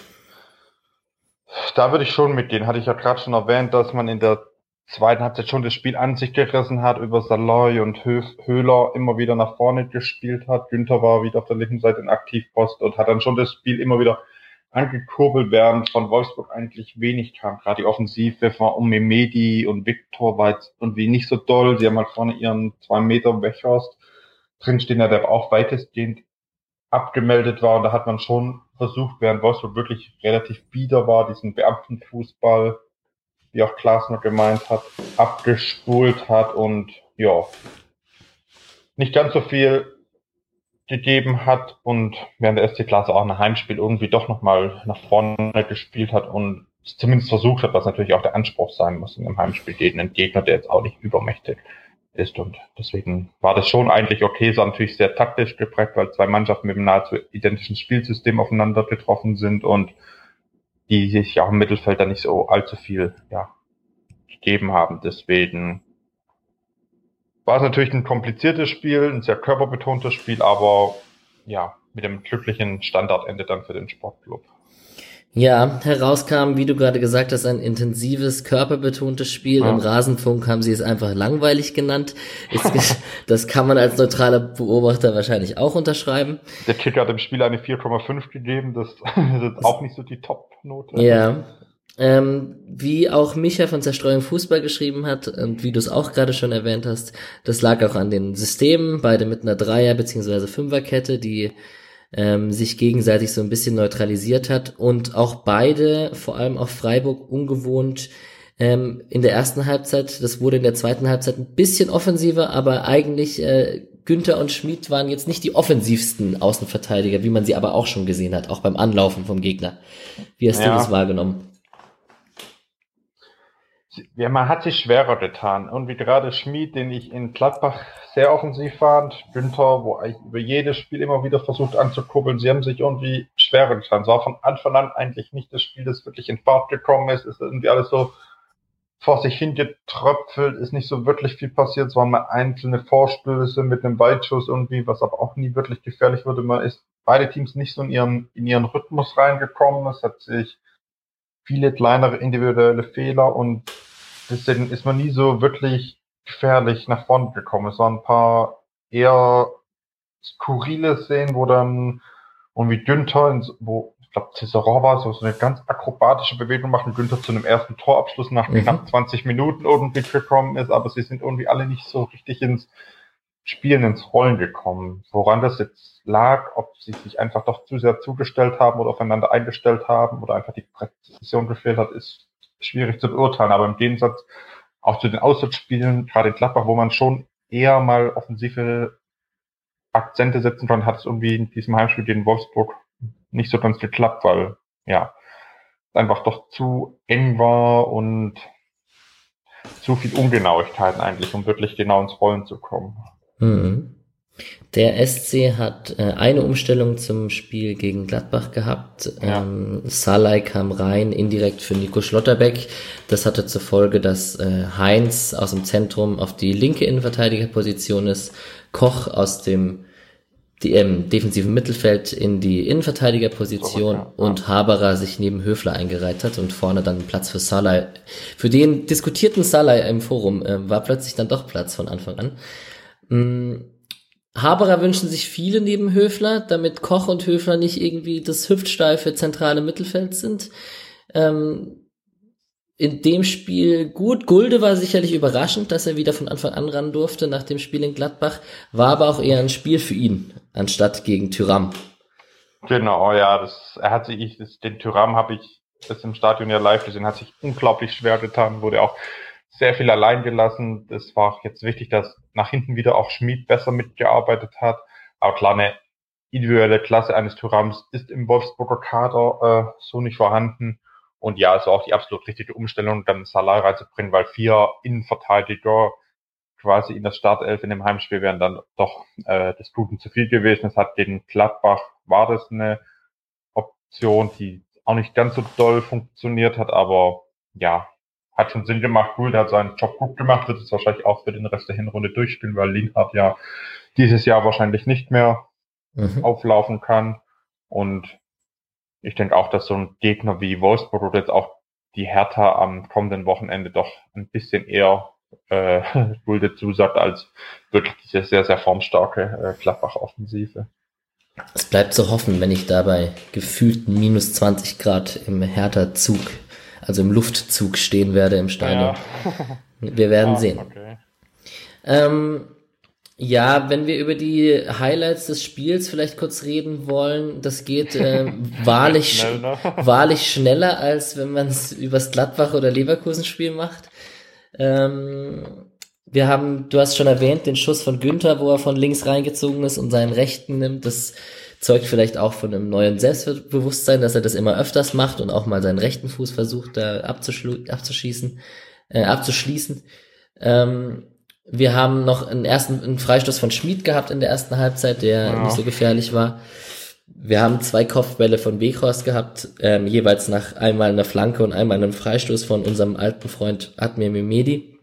Da würde ich schon mitgehen. Hatte ich ja gerade schon erwähnt, dass man in der zweiten Halbzeit schon das Spiel an sich gerissen hat, über Saloy und Höhler immer wieder nach vorne gespielt hat. Günther war wieder auf der linken Seite in Aktivpost und hat dann schon das Spiel immer wieder angekurbelt, während von Wolfsburg eigentlich wenig kam. Gerade die Offensive von Umemedi und Viktor war jetzt irgendwie nicht so doll. Sie haben halt vorne ihren zwei Meter Weghorst drinstehen, der auch weitestgehend abgemeldet war. Und da hat man schon versucht, während Wolfsburg wirklich relativ bieder war, diesen Beamtenfußball, wie auch Glasner gemeint hat, abgespult hat und ja, nicht ganz so viel gegeben hat und während der S C Klasse auch ein Heimspiel irgendwie doch nochmal nach vorne gespielt hat und zumindest versucht hat, was natürlich auch der Anspruch sein muss in einem Heimspiel gegen einen Gegner, der jetzt auch nicht übermächtig ist, und deswegen war das schon eigentlich okay. Es war natürlich sehr taktisch geprägt, weil zwei Mannschaften mit einem nahezu identischen Spielsystem aufeinander getroffen sind und die sich auch im Mittelfeld da nicht so allzu viel ja gegeben haben. Deswegen war es natürlich ein kompliziertes Spiel, ein sehr körperbetontes Spiel, aber ja, mit dem glücklichen Standardende dann für den Sportclub. Ja, herauskam, wie du gerade gesagt hast, ein intensives, körperbetontes Spiel. Ja. Im Rasenfunk haben sie es einfach langweilig genannt. Das kann man als neutraler Beobachter wahrscheinlich auch unterschreiben. Der Kicker hat dem Spiel eine vier Komma fünf gegeben, das ist auch nicht so die Top-Note. Ja. Ähm, wie auch Micha von Zerstreuung Fußball geschrieben hat und wie du es auch gerade schon erwähnt hast, das lag auch an den Systemen, beide mit einer Dreier- bzw. Fünferkette, die ähm, sich gegenseitig so ein bisschen neutralisiert hat und auch beide, vor allem auch Freiburg, ungewohnt ähm, in der ersten Halbzeit, das wurde in der zweiten Halbzeit ein bisschen offensiver, aber eigentlich äh, Günther und Schmid waren jetzt nicht die offensivsten Außenverteidiger, wie man sie aber auch schon gesehen hat, auch beim Anlaufen vom Gegner. Wie hast ja. du das wahrgenommen? Ja, man hat sich schwerer getan. Und wie gerade Schmid, den ich in Gladbach sehr offensiv fand, Günther, wo eigentlich über jedes Spiel immer wieder versucht anzukurbeln, sie haben sich irgendwie schwerer getan. Es war von Anfang an eigentlich nicht das Spiel, das wirklich in Fahrt gekommen ist. Es ist irgendwie alles so vor sich hingetröpfelt, ist nicht so wirklich viel passiert. Es waren mal einzelne Vorstöße mit einem Weitschuss irgendwie, was aber auch nie wirklich gefährlich wurde. Man ist beide Teams nicht so in ihren, in ihren Rhythmus reingekommen. Es hat sich viele kleinere individuelle Fehler und deswegen ist man nie so wirklich gefährlich nach vorne gekommen. Es waren ein paar eher skurrile Szenen, wo dann irgendwie Günther, wo ich glaube Cicero war, so, so eine ganz akrobatische Bewegung machen, Günther zu einem ersten Torabschluss nach mhm. knapp zwanzig Minuten irgendwie gekommen ist, aber sie sind irgendwie alle nicht so richtig ins Spielen, ins Rollen gekommen. Woran das jetzt lag, ob sie sich einfach doch zu sehr zugestellt haben oder aufeinander eingestellt haben oder einfach die Präzision gefehlt hat, ist schwierig zu beurteilen. Aber im Gegensatz auch zu den Auswärtsspielen, gerade in Gladbach, wo man schon eher mal offensive Akzente setzen kann, hat es irgendwie in diesem Heimspiel gegen Wolfsburg nicht so ganz geklappt, weil ja einfach doch zu eng war und zu viel Ungenauigkeiten eigentlich, um wirklich genau ins Rollen zu kommen. Mhm. Der S C hat äh, eine Umstellung zum Spiel gegen Gladbach gehabt. Ja. Ähm, Salai kam rein, indirekt für Nico Schlotterbeck. Das hatte zur Folge, dass äh, Heinz aus dem Zentrum auf die linke Innenverteidigerposition ist, Koch aus dem die, ähm, defensiven Mittelfeld in die Innenverteidigerposition so, ja. und Haberer sich neben Höfler eingereiht hat und vorne dann Platz für Salai. Für den diskutierten Salai im Forum äh, war plötzlich dann doch Platz von Anfang an. Mm, Haberer wünschen sich viele neben Höfler, damit Koch und Höfler nicht irgendwie das hüftsteife zentrale Mittelfeld sind. Ähm, in dem Spiel gut. Gulde war sicherlich überraschend, dass er wieder von Anfang an ran durfte nach dem Spiel in Gladbach, war aber auch eher ein Spiel für ihn, anstatt gegen Thuram. Genau, ja, das, er hat sich, das, den Thuram habe ich das im Stadion ja live gesehen, hat sich unglaublich schwer getan, wurde auch sehr viel allein gelassen. Das war auch jetzt wichtig, dass nach hinten wieder auch Schmid besser mitgearbeitet hat. Aber klar, eine individuelle Klasse eines Thurams ist im Wolfsburger Kader äh, so nicht vorhanden. Und ja, es war auch die absolut richtige Umstellung, dann Salai reinzubringen, weil vier Innenverteidiger quasi in der Startelf in dem Heimspiel wären dann doch äh, des Guten zu viel gewesen. Es hat gegen Gladbach, war das eine Option, die auch nicht ganz so doll funktioniert hat, aber ja, hat schon Sinn gemacht. Cool, der hat seinen Job gut gemacht, wird es wahrscheinlich auch für den Rest der Hinrunde durchspielen, weil Lienhardt ja dieses Jahr wahrscheinlich nicht mehr mhm. auflaufen kann. Und ich denke auch, dass so ein Gegner wie Wolfsburg oder jetzt auch die Hertha am kommenden Wochenende doch ein bisschen eher äh, Gulde zusagt als wirklich diese sehr, sehr formstarke äh, Gladbach-Offensive. Es bleibt zu hoffen, wenn ich dabei gefühlten minus zwanzig Grad im Hertha-Zug, also im Luftzug stehen werde im Stadion. Ja. Wir werden ah, sehen. Okay. Ähm, ja, wenn wir über die Highlights des Spiels vielleicht kurz reden wollen, das geht äh, wahrlich, Schnell, ne? wahrlich schneller, als wenn man es übers Gladbach- oder Leverkusen-Spiel macht. Ähm, wir haben, du hast schon erwähnt, den Schuss von Günther, wo er von links reingezogen ist und seinen Rechten nimmt. Das zeugt vielleicht auch von einem neuen Selbstbewusstsein, dass er das immer öfters macht und auch mal seinen rechten Fuß versucht, da abzuschlu- abzuschießen, äh, abzuschließen. Ähm, wir haben noch einen ersten einen Freistoß von Schmid gehabt in der ersten Halbzeit, der ja. nicht so gefährlich war. Wir haben zwei Kopfbälle von Weghorst gehabt, ähm, jeweils nach einmal einer Flanke und einmal einem Freistoß von unserem alten Freund Admir Mehmedi.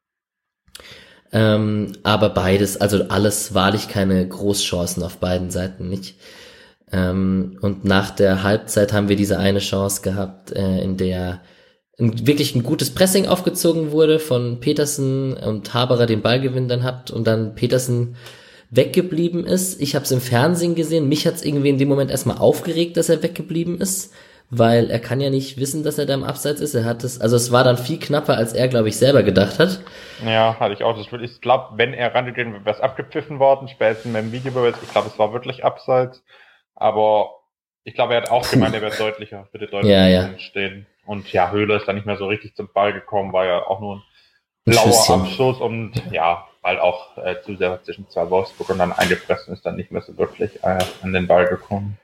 Ähm, aber beides, also alles wahrlich keine Großchancen auf beiden Seiten nicht. Ähm, und nach der Halbzeit haben wir diese eine Chance gehabt, äh, in der ein, wirklich ein gutes Pressing aufgezogen wurde von Petersen und Haberer den Ballgewinn dann habt und dann Petersen weggeblieben ist. Ich habe es im Fernsehen gesehen, mich hat es irgendwie in dem Moment erstmal aufgeregt, dass er weggeblieben ist, weil er kann ja nicht wissen, dass er da im Abseits ist. Er hat es, also es war dann viel knapper, als er, glaube ich, selber gedacht hat. Ja, hatte ich auch. Ich glaube, wenn er rangegangen wäre, wäre es abgepfiffen worden, spätestens mit dem Videobeweis. Ich glaube, es war wirklich Abseits. Aber ich glaube, er hat auch gemeint, er wird deutlicher, bitte deutlicher ja, ja. stehen. Und ja, Höhler ist da nicht mehr so richtig zum Ball gekommen, war ja auch nur ein blauer ein Abschuss und ja, weil auch äh, zu sehr zwischen zwei Wolfsburg und dann eingepresst und ist dann nicht mehr so wirklich äh, an den Ball gekommen.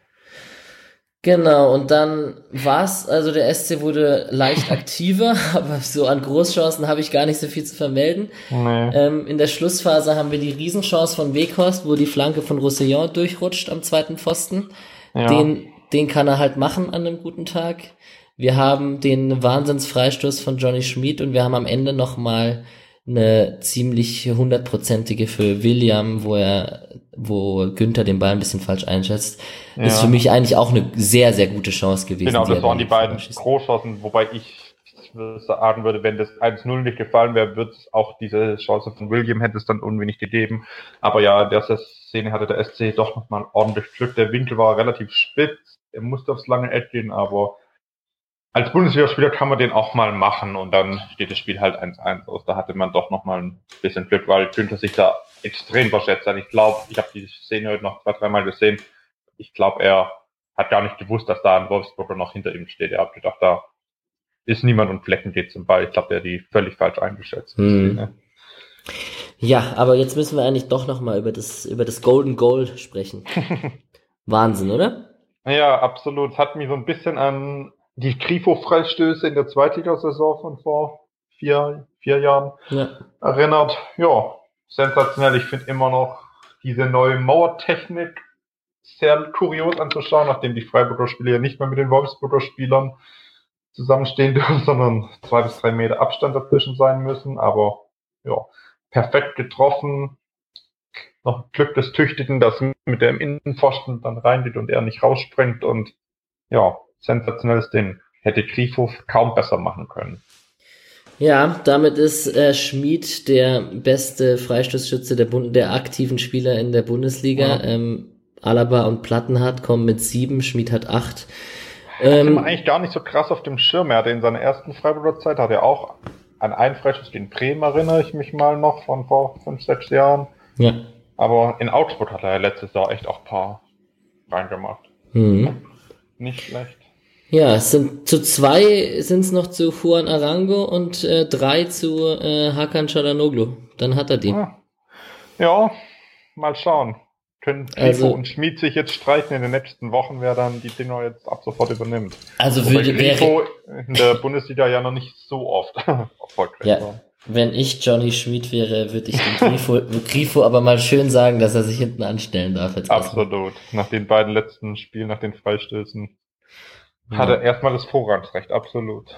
Genau, und dann war's, also der S C wurde leicht aktiver, aber so an Großchancen habe ich gar nicht so viel zu vermelden. Nee. Ähm, in der Schlussphase haben wir die Riesenchance von Weghorst, wo die Flanke von Roussillon durchrutscht am zweiten Pfosten. Ja. Den, den kann er halt machen an einem guten Tag. Wir haben den Wahnsinnsfreistoß von Johnny Schmid und wir haben am Ende nochmal eine ziemlich hundertprozentige für William, wo er, wo Günther den Ball ein bisschen falsch einschätzt. Ja. Ist für mich eigentlich auch eine sehr, sehr gute Chance gewesen. Genau, das waren die beiden Großchancen, wobei ich sagen würde, wenn das eins null nicht gefallen wäre, wird es auch diese Chance von William hätte es dann unwenig gegeben. Aber ja, in der Szene hatte der S C doch nochmal ordentlich Glück. Der Winkel war relativ spitz, er musste aufs lange Eck gehen, aber als Bundesligaspieler kann man den auch mal machen und dann steht das Spiel halt eins eins aus. Da hatte man doch noch mal ein bisschen Glück, weil Günther sich da extrem verschätzt hat. Ich glaube, ich habe die Szene heute noch zwei, dreimal gesehen. Ich glaube, er hat gar nicht gewusst, dass da ein Wolfsburger noch hinter ihm steht. Er hat gedacht, da ist niemand und Flecken geht zum Ball. Ich glaube, der hat die völlig falsch eingeschätzt. Hm. Ja, aber jetzt müssen wir eigentlich doch noch mal über das, über das Golden Goal sprechen. Wahnsinn, oder? Ja, absolut. Hat mich so ein bisschen an die Grifo-Freistöße in der Zweitligasaison von vor vier, vier Jahren ja. erinnert. Ja, sensationell. Ich finde immer noch diese neue Mauertechnik sehr kurios anzuschauen, nachdem die Freiburger Spieler ja nicht mehr mit den Wolfsburger Spielern zusammenstehen dürfen, sondern zwei bis drei Meter Abstand dazwischen sein müssen. Aber ja, perfekt getroffen. Noch Glück des Tüchtigen, dass mit dem Innenpfosten dann reingeht und er nicht rausspringt und ja, sensationelles Ding. Hätte Grifo kaum besser machen können. Ja, damit ist äh, Schmid der beste Freistoßschütze der, Bund- der aktiven Spieler in der Bundesliga. Ja. Ähm, Alaba und Plattenhardt kommen mit sieben, Schmid hat acht. Ähm, hatte man eigentlich gar nicht so krass auf dem Schirm. Er hatte in seiner ersten Freiburger Zeit, hat er auch an einen Freistoß gegen Bremen, erinnere ich mich mal noch, von vor fünf, sechs Jahren. Ja. Aber in Augsburg hat er ja letztes Jahr echt auch ein paar reingemacht. Mhm. Nicht schlecht. Ja, es sind zu zwei sind es noch zu Juan Arango und äh, drei zu äh, Hakan Çalhanoğlu. Dann hat er die. Ja, ja mal schauen. Können Grifo also, und Schmid sich jetzt streichen in den nächsten Wochen, wer dann die Dinger jetzt ab sofort übernimmt. Also würde Grifo in der Bundesliga ja noch nicht so oft erfolgreich ja. war. Wenn ich Johnny Schmid wäre, würde ich dem Grifo, Grifo aber mal schön sagen, dass er sich hinten anstellen darf. Jetzt Absolut. Nach den beiden letzten Spielen, nach den Freistößen, ja. hat er erstmal das Vorratsrecht. Absolut.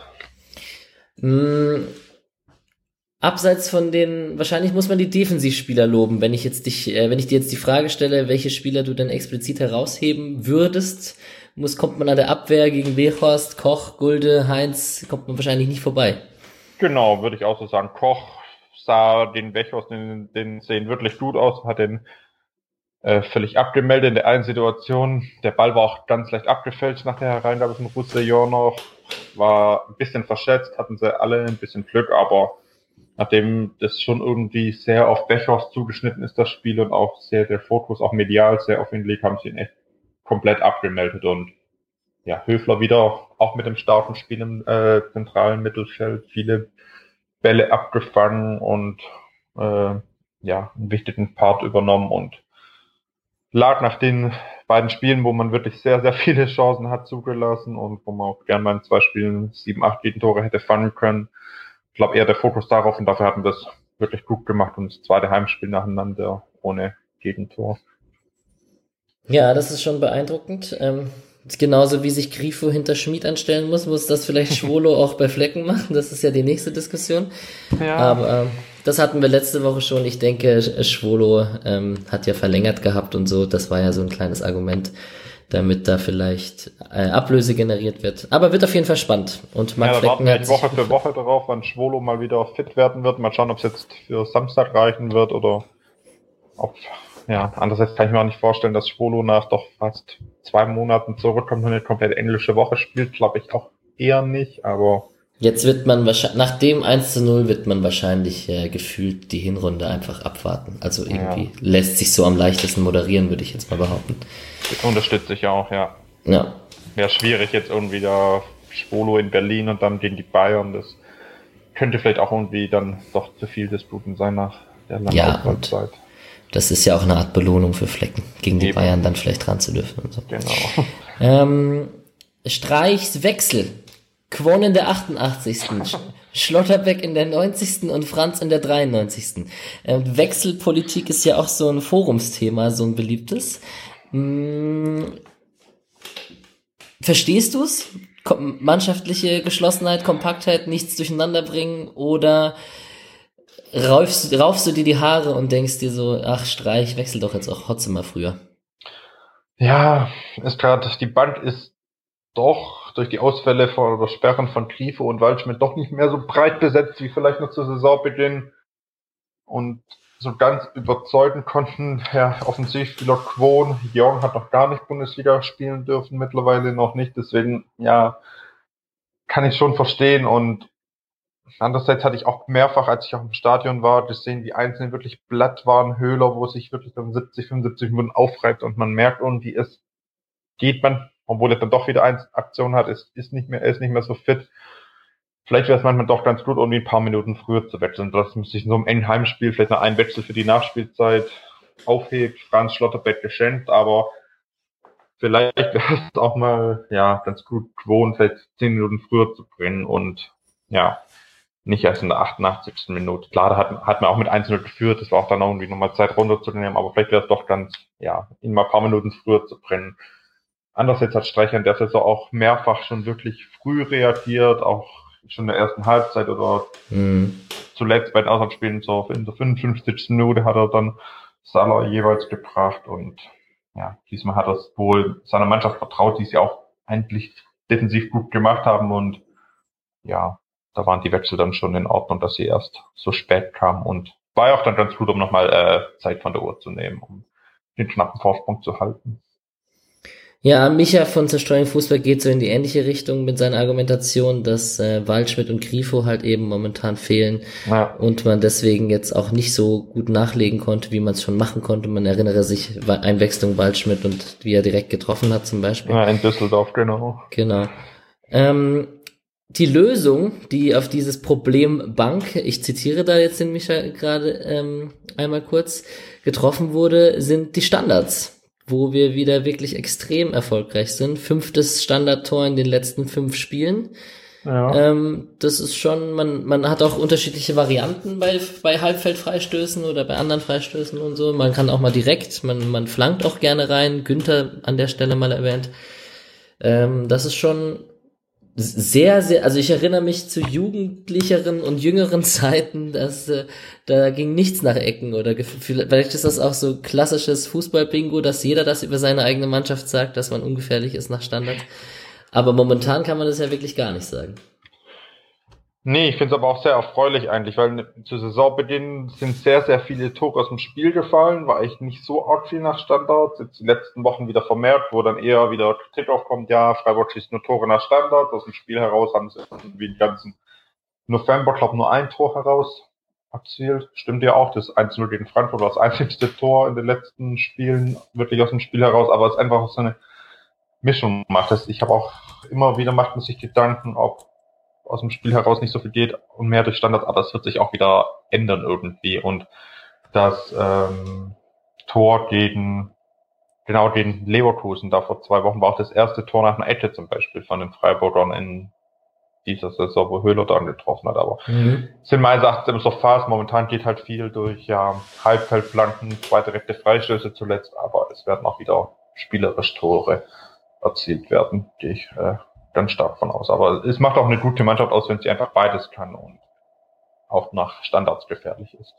Mm, abseits von den, wahrscheinlich muss man die Defensivspieler loben, wenn ich jetzt dich, äh, wenn ich dir jetzt die Frage stelle, welche Spieler du denn explizit herausheben würdest, muss, kommt man an der Abwehr gegen Weghorst, Koch, Gulde, Heinz, kommt man wahrscheinlich nicht vorbei. Genau, würde ich auch so sagen. Koch sah den Weghorst, den, den sehen wirklich gut aus, hat den äh, völlig abgemeldet in der einen Situation. Der Ball war auch ganz leicht abgefälscht nach der Hereingabe von Roussillon noch. War ein bisschen verschätzt, hatten sie alle ein bisschen Glück, aber nachdem das schon irgendwie sehr auf Weghorst zugeschnitten ist, das Spiel, und auch sehr der Fokus auch medial sehr auf ihn liegt, haben sie ihn echt komplett abgemeldet. Und ja, Höfler wieder auch mit dem starken Spiel im äh, zentralen Mittelfeld, viele Bälle abgefangen und äh, ja, einen wichtigen Part übernommen und lag nach den beiden Spielen, wo man wirklich sehr, sehr viele Chancen hat zugelassen und wo man auch gerne mal in zwei Spielen sieben, acht Gegentore hätte fangen können. Ich glaube eher der Fokus darauf, und dafür hatten wir das wirklich gut gemacht und das zweite Heimspiel nacheinander ohne Gegentor. Ja, das ist schon beeindruckend. Ähm, genauso wie sich Grifo hinter Schmid anstellen muss, muss das vielleicht Schwolo auch bei Flecken machen. Das ist ja die nächste Diskussion. Ja. Aber ähm, das hatten wir letzte Woche schon. Ich denke, Schwolo ähm, hat ja verlängert gehabt und so. Das war ja so ein kleines Argument, damit da vielleicht äh, Ablöse generiert wird. Aber wird auf jeden Fall spannend. Und Marc ja, da Flecken warten wir Woche für Woche darauf, wann Schwolo mal wieder fit werden wird. Mal schauen, ob es jetzt für Samstag reichen wird oder ob... Ja, andererseits kann ich mir auch nicht vorstellen, dass Schwolo nach doch fast zwei Monaten zurückkommt und eine komplett englische Woche spielt. Glaube ich auch eher nicht, aber... Jetzt wird man wahrscheinlich, nach dem eins zu null wird man wahrscheinlich äh, gefühlt die Hinrunde einfach abwarten. Also irgendwie ja. lässt sich so am leichtesten moderieren, würde ich jetzt mal behaupten. Das unterstütze ich auch, ja. Ja. Wäre schwierig jetzt irgendwie da Schwolo in Berlin und dann gegen die Bayern. Das könnte vielleicht auch irgendwie dann doch zu viel des Bluten sein nach der langen ja, Ausfallzeit. Das ist ja auch eine Art Belohnung für Flecken, gegen die Eben. Bayern dann vielleicht ran zu dürfen und so. Genau. Ähm, Streichs Wechsel. Kwon in der achtundachtzigsten Schlotterbeck in der neunzigsten und Franz in der dreiundneunzigsten Ähm, Wechselpolitik ist ja auch so ein Forumsthema, so ein beliebtes. Hm, verstehst du's? Kom- mannschaftliche Geschlossenheit, Kompaktheit, nichts durcheinander bringen oder raufst, raufst du dir die Haare und denkst dir so, ach Streich, wechsel doch jetzt auch Hotze mal früher. Ja, ist gerade, die Bank ist doch durch die Ausfälle von, oder Sperren von Grifo und Waldschmidt doch nicht mehr so breit besetzt wie vielleicht noch zu Saisonbeginn. Und so ganz überzeugen konnten ja Offensivspieler Kwon. Jong hat noch gar nicht Bundesliga spielen dürfen, mittlerweile noch nicht. Deswegen, ja, kann ich schon verstehen. Und andererseits hatte ich auch mehrfach, als ich auch im Stadion war, gesehen, wie einzelne wirklich blatt waren, Höhler, wo sich wirklich dann siebzig, fünfundsiebzig Minuten aufreibt und man merkt irgendwie, es geht man, obwohl er dann doch wieder eine Aktion hat, ist, ist nicht mehr, er ist nicht mehr so fit. Vielleicht wäre es manchmal doch ganz gut, irgendwie ein paar Minuten früher zu wechseln, dass man sich in so einem engen Heimspiel vielleicht noch einen Wechsel für die Nachspielzeit aufhebt. Franz Schlotterbeck geschenkt, aber vielleicht wäre es auch mal, ja, ganz gut gewohnt, vielleicht zehn Minuten früher zu bringen und, ja, nicht erst in der achtundachtzigsten Minute. Klar, da hat, hat man auch mit eins null geführt, das war auch dann irgendwie nochmal Zeit runterzunehmen, aber vielleicht wäre es doch ganz, ja, ihn mal ein paar Minuten früher zu bringen. Andererseits hat Streich in der Saison auch mehrfach schon wirklich früh reagiert, auch schon in der ersten Halbzeit oder mhm. zuletzt bei den Auswärtsspielen so in der fünfundfünfzigsten Minute hat er dann Salah jeweils gebracht und ja, diesmal hat er es wohl seiner Mannschaft vertraut, die sie auch eigentlich defensiv gut gemacht haben und ja, da waren die Wechsel dann schon in Ordnung, dass sie erst so spät kamen und war ja auch dann ganz gut, um nochmal äh, Zeit von der Uhr zu nehmen, um den knappen Vorsprung zu halten. Ja, Micha von Zerstreuung Fußball geht so in die ähnliche Richtung mit seiner Argumentation, dass äh, Waldschmidt und Grifo halt eben momentan fehlen ja. und man deswegen jetzt auch nicht so gut nachlegen konnte, wie man es schon machen konnte. Man erinnere sich Einwechslung Waldschmidt und wie er direkt getroffen hat zum Beispiel. Ja, in Düsseldorf, genau. Genau. Ähm, die Lösung, die auf dieses Problem Bank, ich zitiere da jetzt den Micha gerade ähm, einmal kurz, getroffen wurde, sind die Standards, wo wir wieder wirklich extrem erfolgreich sind. Fünftes Standardtor in den letzten fünf Spielen. Ja. Ähm, das ist schon, man man hat auch unterschiedliche Varianten bei bei Halbfeldfreistößen oder bei anderen Freistößen und so. Man kann auch mal direkt, man man flankt auch gerne rein. Günther an der Stelle mal erwähnt. Ähm, das ist schon sehr, sehr, also ich erinnere mich zu jugendlicheren und jüngeren Zeiten, dass äh, da ging nichts nach Ecken oder vielleicht ist das auch so klassisches Fußball-Bingo, dass jeder das über seine eigene Mannschaft sagt, dass man ungefährlich ist nach Standard. Aber momentan kann man das ja wirklich gar nicht sagen. Nee, ich finde es aber auch sehr erfreulich eigentlich, weil zu Saisonbeginn sind sehr, sehr viele Tore aus dem Spiel gefallen, war eigentlich nicht so arg viel nach Standards, jetzt die letzten Wochen wieder vermehrt, wo dann eher wieder Kritik aufkommt, ja, Freiburg schießt nur Tore nach Standards, aus dem Spiel heraus haben sie wie den ganzen November, glaube nur ein Tor heraus erzielt, stimmt ja auch, das eins null gegen Frankfurt war das einzigste Tor in den letzten Spielen, wirklich aus dem Spiel heraus, aber es ist einfach so eine Mischung macht das. Ich habe auch immer wieder, macht man sich Gedanken, ob aus dem Spiel heraus nicht so viel geht und mehr durch Standards, aber es wird sich auch wieder ändern irgendwie. Und das ähm, Tor gegen, genau gegen Leverkusen, da vor zwei Wochen war auch das erste Tor nach einer Ecke zum Beispiel von den Freiburgern in dieser Saison, wo Höhler dann getroffen hat. Aber mhm. sind meines Erachtens immer so Phasen. Momentan geht halt viel durch ja, Halbfeldflanken, zwei direkte Freistöße zuletzt, aber es werden auch wieder spielerisch Tore erzielt werden, gehe ich äh, ganz stark von aus. Aber es macht auch eine gute Mannschaft aus, wenn sie einfach beides kann und auch nach Standards gefährlich ist.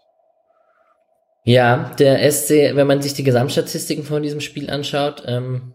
Ja, der S C, wenn man sich die Gesamtstatistiken von diesem Spiel anschaut, ähm,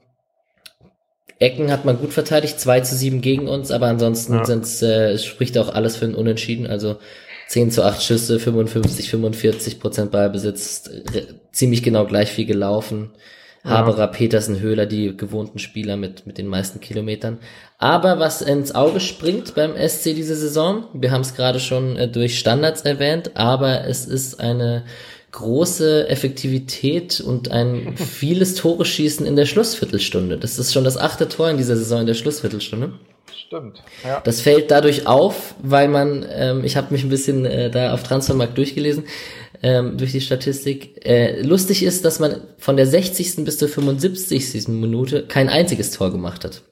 Ecken hat man gut verteidigt, zwei zu sieben gegen uns, aber ansonsten ja. sind's, äh, spricht auch alles für ein Unentschieden, also zehn zu acht Schüsse, fünfundfünfzig, fünfundvierzig Prozent Ballbesitz, r- ziemlich genau gleich viel gelaufen. Haberer, Petersen, Höhler, die gewohnten Spieler mit, mit den meisten Kilometern. Aber was ins Auge springt beim S C diese Saison, wir haben es gerade schon äh, durch Standards erwähnt, aber es ist eine große Effektivität und ein vieles Tore schießen in der Schlussviertelstunde. Das ist schon das achte Tor in dieser Saison in der Schlussviertelstunde. Stimmt, ja. Das fällt dadurch auf, weil man, ähm, ich habe mich ein bisschen äh, da auf Transfermarkt durchgelesen, ähm, durch die Statistik. Äh, lustig ist, dass man von der sechzigsten bis zur fünfundsiebzigsten Minute kein einziges Tor gemacht hat.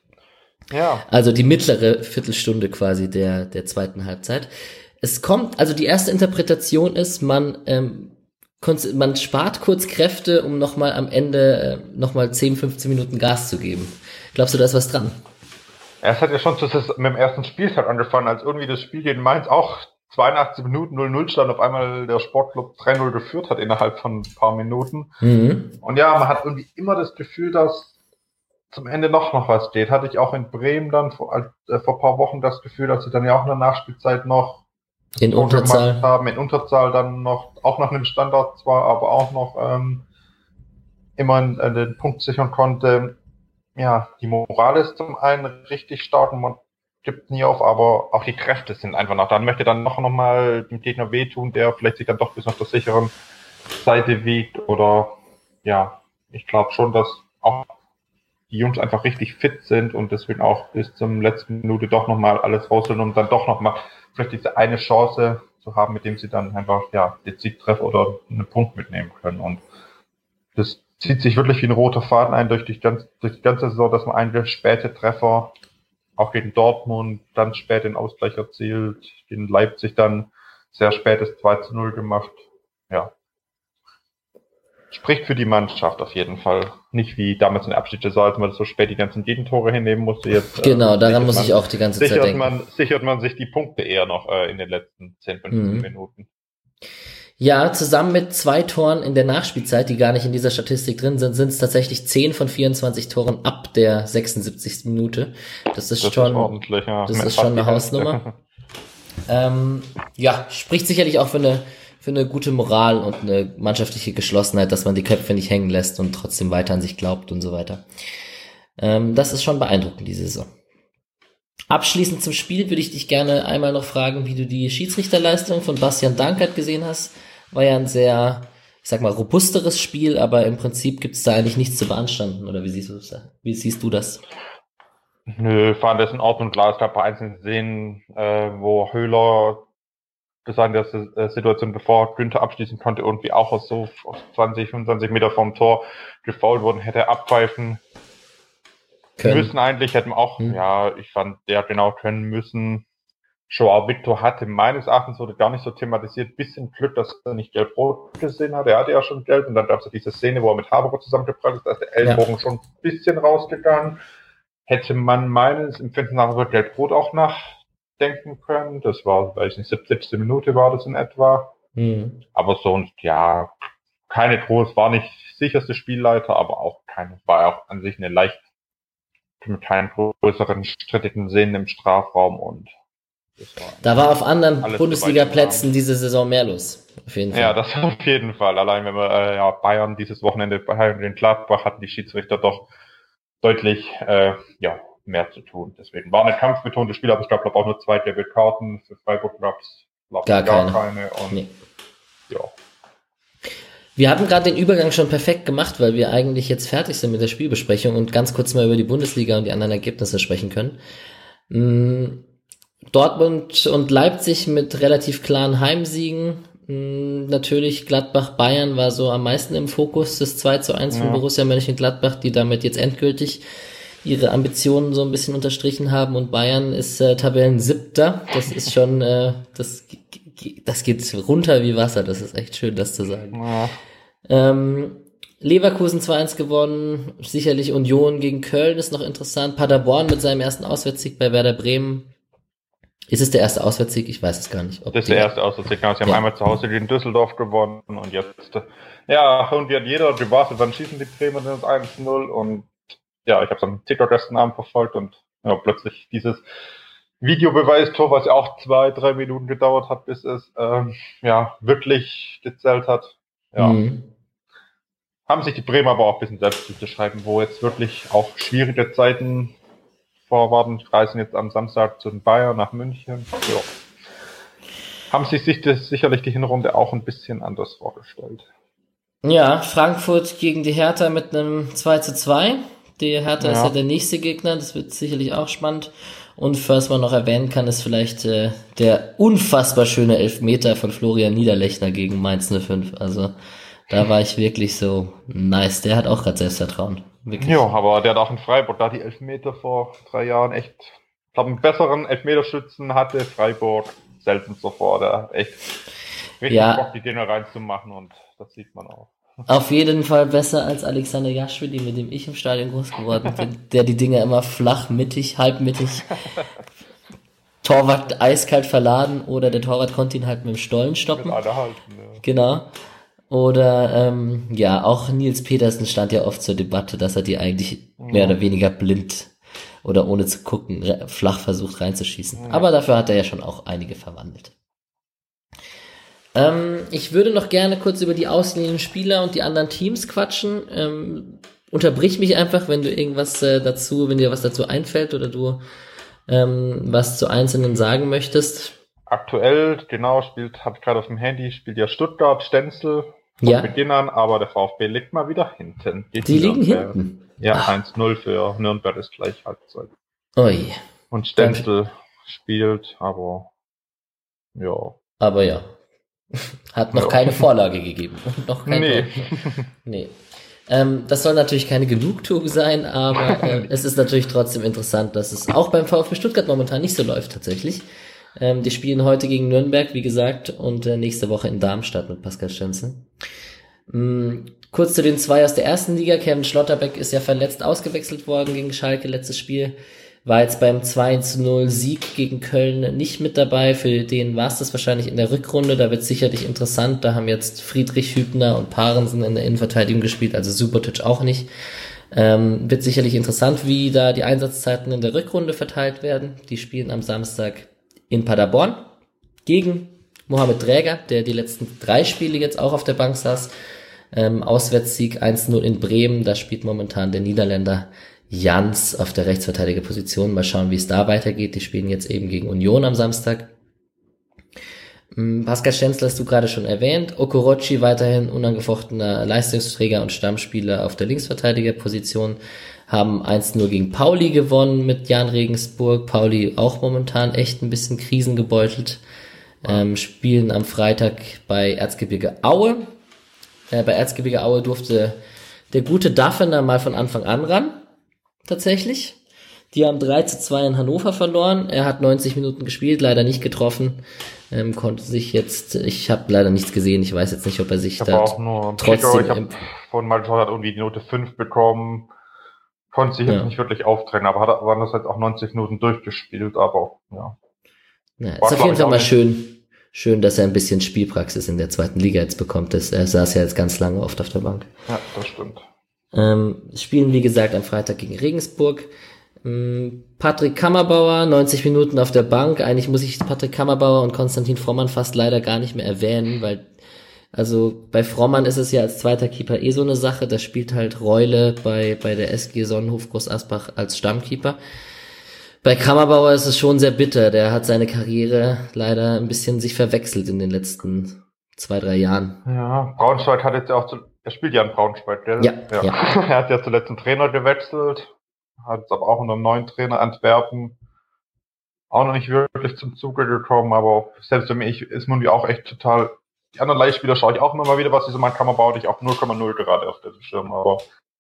Ja. Also die mittlere Viertelstunde quasi der der zweiten Halbzeit. Es kommt, also die erste Interpretation ist, man ähm, man spart kurz Kräfte, um nochmal am Ende äh, nochmal zehn, fünfzehn Minuten Gas zu geben. Glaubst du, da ist was dran? Ja, es hat ja schon zu, mit dem ersten Spieltag angefangen, als irgendwie das Spiel gegen Mainz auch zweiundachtzig Minuten null null stand, auf einmal der Sportclub drei null geführt hat innerhalb von ein paar Minuten. Mhm. Und ja, man hat irgendwie immer das Gefühl, dass zum Ende noch noch was steht. Hatte ich auch in Bremen dann vor, äh, vor ein paar Wochen das Gefühl, dass sie dann ja auch in der Nachspielzeit noch in Unterzahl haben, in Unterzahl dann noch, auch nach einem Standard zwar, aber auch noch ähm, immer äh, den Punkt sichern konnte. Ja, die Moral ist zum einen richtig stark und man gibt nie auf, aber auch die Kräfte sind einfach noch. Dann möchte dann noch noch mal dem Gegner wehtun, der vielleicht sich dann doch bis auf der sicheren Seite wiegt oder ja, ich glaube schon, dass auch die Jungs einfach richtig fit sind und deswegen auch bis zum letzten Minute doch noch mal alles rausholen, um dann doch noch mal vielleicht diese eine Chance zu haben, mit dem sie dann einfach ja den Sieg treffen oder einen Punkt mitnehmen können. Und das zieht sich wirklich wie ein roter Faden ein durch die ganze, durch die ganze Saison, dass man einen späte Treffer auch gegen Dortmund dann spät den Ausgleich erzielt, gegen Leipzig dann sehr spät das zwei zu null gemacht. Ja. Spricht für die Mannschaft auf jeden Fall. Nicht wie damals in der Abstiegssaison, als man so spät die ganzen Gegentore hinnehmen musste. Jetzt, genau, äh, daran muss man, ich auch die ganze Zeit denken. Man, sichert man sich die Punkte eher noch äh, in den letzten zehn, fünfzehn mhm. Minuten. Ja, zusammen mit zwei Toren in der Nachspielzeit, die gar nicht in dieser Statistik drin sind, sind es tatsächlich zehn von vierundzwanzig Toren ab der sechsundsiebzigsten Minute. Das ist das schon, ist ordentlich, ja. das ist schon eine Hausnummer. ähm, ja, spricht sicherlich auch für eine, für eine gute Moral und eine mannschaftliche Geschlossenheit, dass man die Köpfe nicht hängen lässt und trotzdem weiter an sich glaubt und so weiter. Ähm, das ist schon beeindruckend, diese Saison. Abschließend zum Spiel würde ich dich gerne einmal noch fragen, wie du die Schiedsrichterleistung von Bastian Dankert gesehen hast. War ja ein sehr, ich sag mal, robusteres Spiel, aber im Prinzip gibt es da eigentlich nichts zu beanstanden, oder wie siehst du das? Wie siehst du das? Nö, fand das in Ordnung. Klar, es gab ein paar einzelne Szenen, äh, wo Höhler gesagt der äh, Situation, bevor Günther abschließen konnte, irgendwie auch aus so zwanzig, fünfundzwanzig Meter vom Tor gefoult worden, hätte abpfeifen können. Müssen eigentlich, hätten auch, hm. ja, ich fand, der genau können müssen. Joao Victor hatte meines Erachtens, wurde gar nicht so thematisiert, bisschen Glück, dass er nicht gelb-rot gesehen hat. Er hatte ja schon gelb und dann gab es ja diese Szene, wo er mit Haberer zusammengebracht ist, da ist der Ellbogen ja. schon ein bisschen rausgegangen. Hätte man meines Empfindens nach über gelb-rot auch nachdenken können. Das war, weiß ich nicht, siebzigste Minute war das in etwa. Hm. Aber sonst, ja, keine groß, war nicht sicherste Spielleiter, aber auch keine, war auch an sich eine leicht, mit keinen größeren strittigen Szenen im Strafraum und War da war auf anderen Bundesliga-Plätzen diese Saison mehr los. Auf jeden Fall. Ja, das auf jeden Fall. Allein wenn wir äh, ja, Bayern dieses Wochenende bei den Gladbach hatten die Schiedsrichter doch deutlich äh, ja mehr zu tun. Deswegen war ein kampfbetontes Spiel, aber ich glaube auch nur zwei gelbe Karten. Für Freiburg gab es gar, gar keine. keine und, nee. Ja. Wir hatten gerade den Übergang schon perfekt gemacht, weil wir eigentlich jetzt fertig sind mit der Spielbesprechung und ganz kurz mal über die Bundesliga und die anderen Ergebnisse sprechen können. Mm. Dortmund und Leipzig mit relativ klaren Heimsiegen. Natürlich Gladbach, Bayern war so am meisten im Fokus, das zwei zu eins ja. von Borussia Mönchengladbach, die damit jetzt endgültig ihre Ambitionen so ein bisschen unterstrichen haben und Bayern ist äh, Tabellensiebter. Das ist schon, äh, das, das geht runter wie Wasser, das ist echt schön, das zu sagen. Ja. Ähm, Leverkusen zwei eins gewonnen, sicherlich Union gegen Köln ist noch interessant, Paderborn mit seinem ersten Auswärtssieg bei Werder Bremen. Ist es der erste Auswärtssieg? Ich weiß es gar nicht. Ob das ist der erste Auswärtssieg. Sie haben ja. einmal zu Hause gegen Düsseldorf gewonnen und jetzt, ja, und wie hat jeder gewartet, dann schießen die Bremer das eins null und ja, ich habe es am Ticker gestern Abend verfolgt und ja, plötzlich dieses Videobeweistor, was ja auch zwei, drei Minuten gedauert hat, bis es ähm, ja wirklich gezählt hat. Ja. Mhm. haben sich die Bremer aber auch ein bisschen selbst zuzuschreiben, wo jetzt wirklich auch schwierige Zeiten vorwarten. Die reisen jetzt am Samstag zu den Bayern nach München. Ja. Haben sich, sich das, sicherlich die Hinrunde auch ein bisschen anders vorgestellt. Ja, Frankfurt gegen die Hertha mit einem zwei zu zwei. Die Hertha ja. ist ja der nächste Gegner, das wird sicherlich auch spannend. Und was man noch erwähnen kann, ist vielleicht äh, der unfassbar schöne Elfmeter von Florian Niederlechner gegen Mainz null fünf. Also da war ich wirklich so nice. Der hat auch gerade Selbstvertrauen. Wirklich. Ja, aber der hat auch in Freiburg da die Elfmeter vor drei Jahren echt, ich glaube, einen besseren Elfmeterschützen hatte Freiburg selten zuvor. Der hat echt richtig ja. Bock, die Dinger reinzumachen und das sieht man auch. Auf jeden Fall besser als Alexander Jaschwili, mit dem ich im Stadion groß geworden bin, der die Dinger immer flach, mittig, halbmittig, Torwart eiskalt verladen oder der Torwart konnte ihn halt mit dem Stollen stoppen. Mit einer halten, ja. Genau. Oder, ähm, ja, auch Nils Petersen stand ja oft zur Debatte, dass er die eigentlich ja. mehr oder weniger blind oder ohne zu gucken re- flach versucht reinzuschießen. Ja. Aber dafür hat er ja schon auch einige verwandelt. Ähm, ich würde noch gerne kurz über die ausliehenden Spieler und die anderen Teams quatschen. Ähm, unterbrich mich einfach, wenn du irgendwas äh, dazu, wenn dir was dazu einfällt oder du ähm, was zu Einzelnen sagen möchtest. Aktuell, genau, spielt, habe ich gerade auf dem Handy, spielt ja Stuttgart, Stenzel von ja. Beginn an, aber der VfB liegt mal wieder hinten. Die, die liegen Nürnberg. hinten? Ja, Ach. eins null für Nürnberg ist gleich Halbzeit. Ui. Und Stenzel Danke. spielt, aber ja. Aber ja. Hat noch ja. keine Vorlage gegeben. Und noch kein nee. Tor. Nee. Ähm, das soll natürlich keine Genugtuung sein, aber äh, es ist natürlich trotzdem interessant, dass es auch beim VfB Stuttgart momentan nicht so läuft tatsächlich. Ähm, die spielen heute gegen Nürnberg, wie gesagt, und äh, nächste Woche in Darmstadt mit Pascal Stenzel. Ähm, kurz zu den zwei aus der ersten Liga. Kevin Schlotterbeck ist ja verletzt ausgewechselt worden gegen Schalke letztes Spiel. War jetzt beim zwei zu null Sieg gegen Köln nicht mit dabei. Für den war es das wahrscheinlich in der Rückrunde. Da wird sicherlich interessant. Da haben jetzt Friedrich, Hübner und Parensen in der Innenverteidigung gespielt, also Subotic auch nicht. Ähm, wird sicherlich interessant, wie da die Einsatzzeiten in der Rückrunde verteilt werden. Die spielen am Samstag in Paderborn gegen Mohamed Dräger, der die letzten drei Spiele jetzt auch auf der Bank saß. Ähm, Auswärtssieg eins zu null in Bremen. Da spielt momentan der Niederländer Jans auf der Rechtsverteidigerposition. Mal schauen, wie es da weitergeht. Die spielen jetzt eben gegen Union am Samstag. Pascal Stenzel hast du gerade schon erwähnt. Okorochi weiterhin unangefochtener Leistungsträger und Stammspieler auf der Linksverteidigerposition. Haben eins zu null gegen Pauli gewonnen mit Jan Regensburg. Pauli auch momentan echt ein bisschen krisengebeutelt. Ähm, spielen am Freitag bei Erzgebirge Aue. Äh, bei Erzgebirge Aue durfte der gute Daffener mal von Anfang an ran. Tatsächlich. Die haben drei zu zwei in Hannover verloren. Er hat neunzig Minuten gespielt, leider nicht getroffen. Ähm, konnte sich jetzt, ich habe leider nichts gesehen, ich weiß jetzt nicht, ob er sich ich da auch nur trotzdem... Ich habe von mal geschaut, hat irgendwie die Note fünf bekommen. Konnte sich ja. jetzt nicht wirklich aufdrängen, aber hat aber andererseits auch neunzig Minuten durchgespielt, aber ja. ja ist auf jeden Fall mal schön, schön, dass er ein bisschen Spielpraxis in der zweiten Liga jetzt bekommt. Das, er saß ja jetzt ganz lange oft auf der Bank. Ja, das stimmt. Ähm, spielen, wie gesagt, am Freitag gegen Regensburg. Ähm, Patrick Kammerbauer, neunzig Minuten auf der Bank. Eigentlich muss ich Patrick Kammerbauer und Konstantin Frommann fast leider gar nicht mehr erwähnen, weil, also bei Frommann ist es ja als zweiter Keeper eh so eine Sache. Da spielt halt Reule bei, bei der S G Sonnenhof Groß Asbach als Stammkeeper. Bei Kammerbauer ist es schon sehr bitter. Der hat seine Karriere leider ein bisschen sich verwechselt in den letzten zwei, drei Jahren. Ja, Braunschweig hat jetzt auch zu, er spielt ja in Braunschweig, gell? Ja, ja. ja. Er hat ja zuletzt einen Trainer gewechselt, hat jetzt aber auch unter einem neuen Trainer Antwerpen auch noch nicht wirklich zum Zuge gekommen, aber selbst für mich ist man ja auch echt total, die anderen Leihspieler schaue ich auch immer mal wieder, was sie so machen, Kammerbauer ich auch null Komma null gerade auf dem Schirm, aber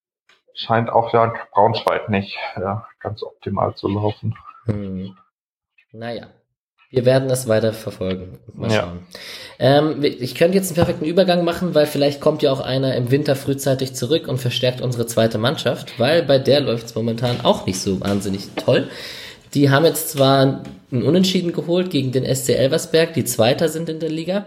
scheint auch ja in Braunschweig nicht ja, ganz optimal zu laufen. Hm. Naja. Wir werden es weiter verfolgen. Mal schauen. Ja. Ähm, ich könnte jetzt einen perfekten Übergang machen, weil vielleicht kommt ja auch einer im Winter frühzeitig zurück und verstärkt unsere zweite Mannschaft, weil bei der läuft es momentan auch nicht so wahnsinnig toll. Die haben jetzt zwar einen Unentschieden geholt gegen den S C Elversberg, die Zweiter sind in der Liga.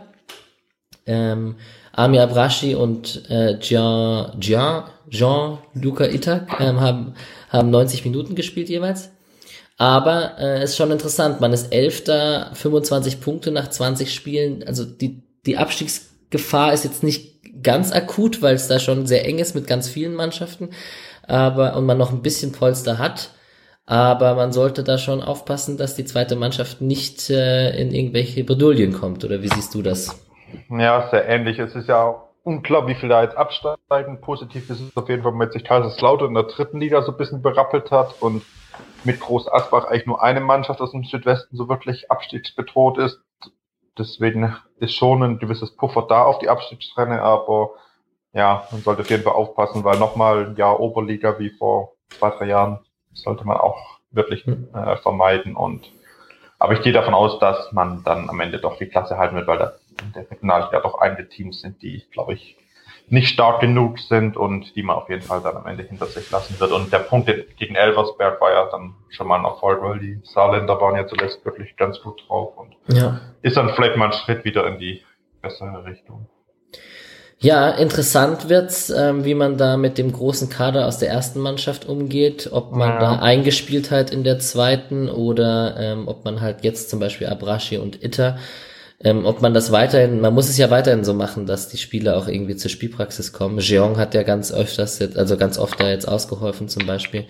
Ähm, Amir Abrashi und äh, Jean, Jean, Jean-Luca Itak ähm, haben, haben neunzig Minuten gespielt jeweils. Aber äh, ist schon interessant, man ist Elfter, fünfundzwanzig Punkte nach zwanzig Spielen, also die die Abstiegsgefahr ist jetzt nicht ganz akut, weil es da schon sehr eng ist mit ganz vielen Mannschaften, aber und man noch ein bisschen Polster hat, aber man sollte da schon aufpassen, dass die zweite Mannschaft nicht äh, in irgendwelche Bredouillen kommt, oder wie siehst du das? Ja, sehr ähnlich. Es ist ja unklar, wie viel da jetzt absteigen. Positiv ist es auf jeden Fall, wenn sich Kaiserslautern in der dritten Liga so ein bisschen berappelt hat und mit Groß Asbach eigentlich nur eine Mannschaft aus dem Südwesten so wirklich abstiegsbedroht ist. Deswegen ist schon ein gewisses Puffer da auf die Abstiegsrenne, aber ja, man sollte auf jeden Fall aufpassen, weil nochmal ein Jahr Oberliga wie vor zwei, drei Jahren sollte man auch wirklich äh, vermeiden. Und aber ich gehe davon aus, dass man dann am Ende doch die Klasse halten wird, weil da in der Regionalliga doch einige Teams sind, die, glaube ich, nicht stark genug sind und die man auf jeden Fall dann am Ende hinter sich lassen wird. Und der Punkt gegen Elversberg war ja dann schon mal ein Erfolg, weil die Saarländer waren ja zuletzt wirklich ganz gut drauf und ja. Ist dann vielleicht mal ein Schritt wieder in die bessere Richtung. Ja, interessant wird's, ähm, wie man da mit dem großen Kader aus der ersten Mannschaft umgeht, ob man ja. da eingespielt hat in der zweiten oder ähm, ob man halt jetzt zum Beispiel Abrashi und Itter, ähm, ob man das weiterhin, man muss es ja weiterhin so machen, dass die Spieler auch irgendwie zur Spielpraxis kommen. Jeong hat ja ganz öfters jetzt, also ganz oft da jetzt ausgeholfen zum Beispiel.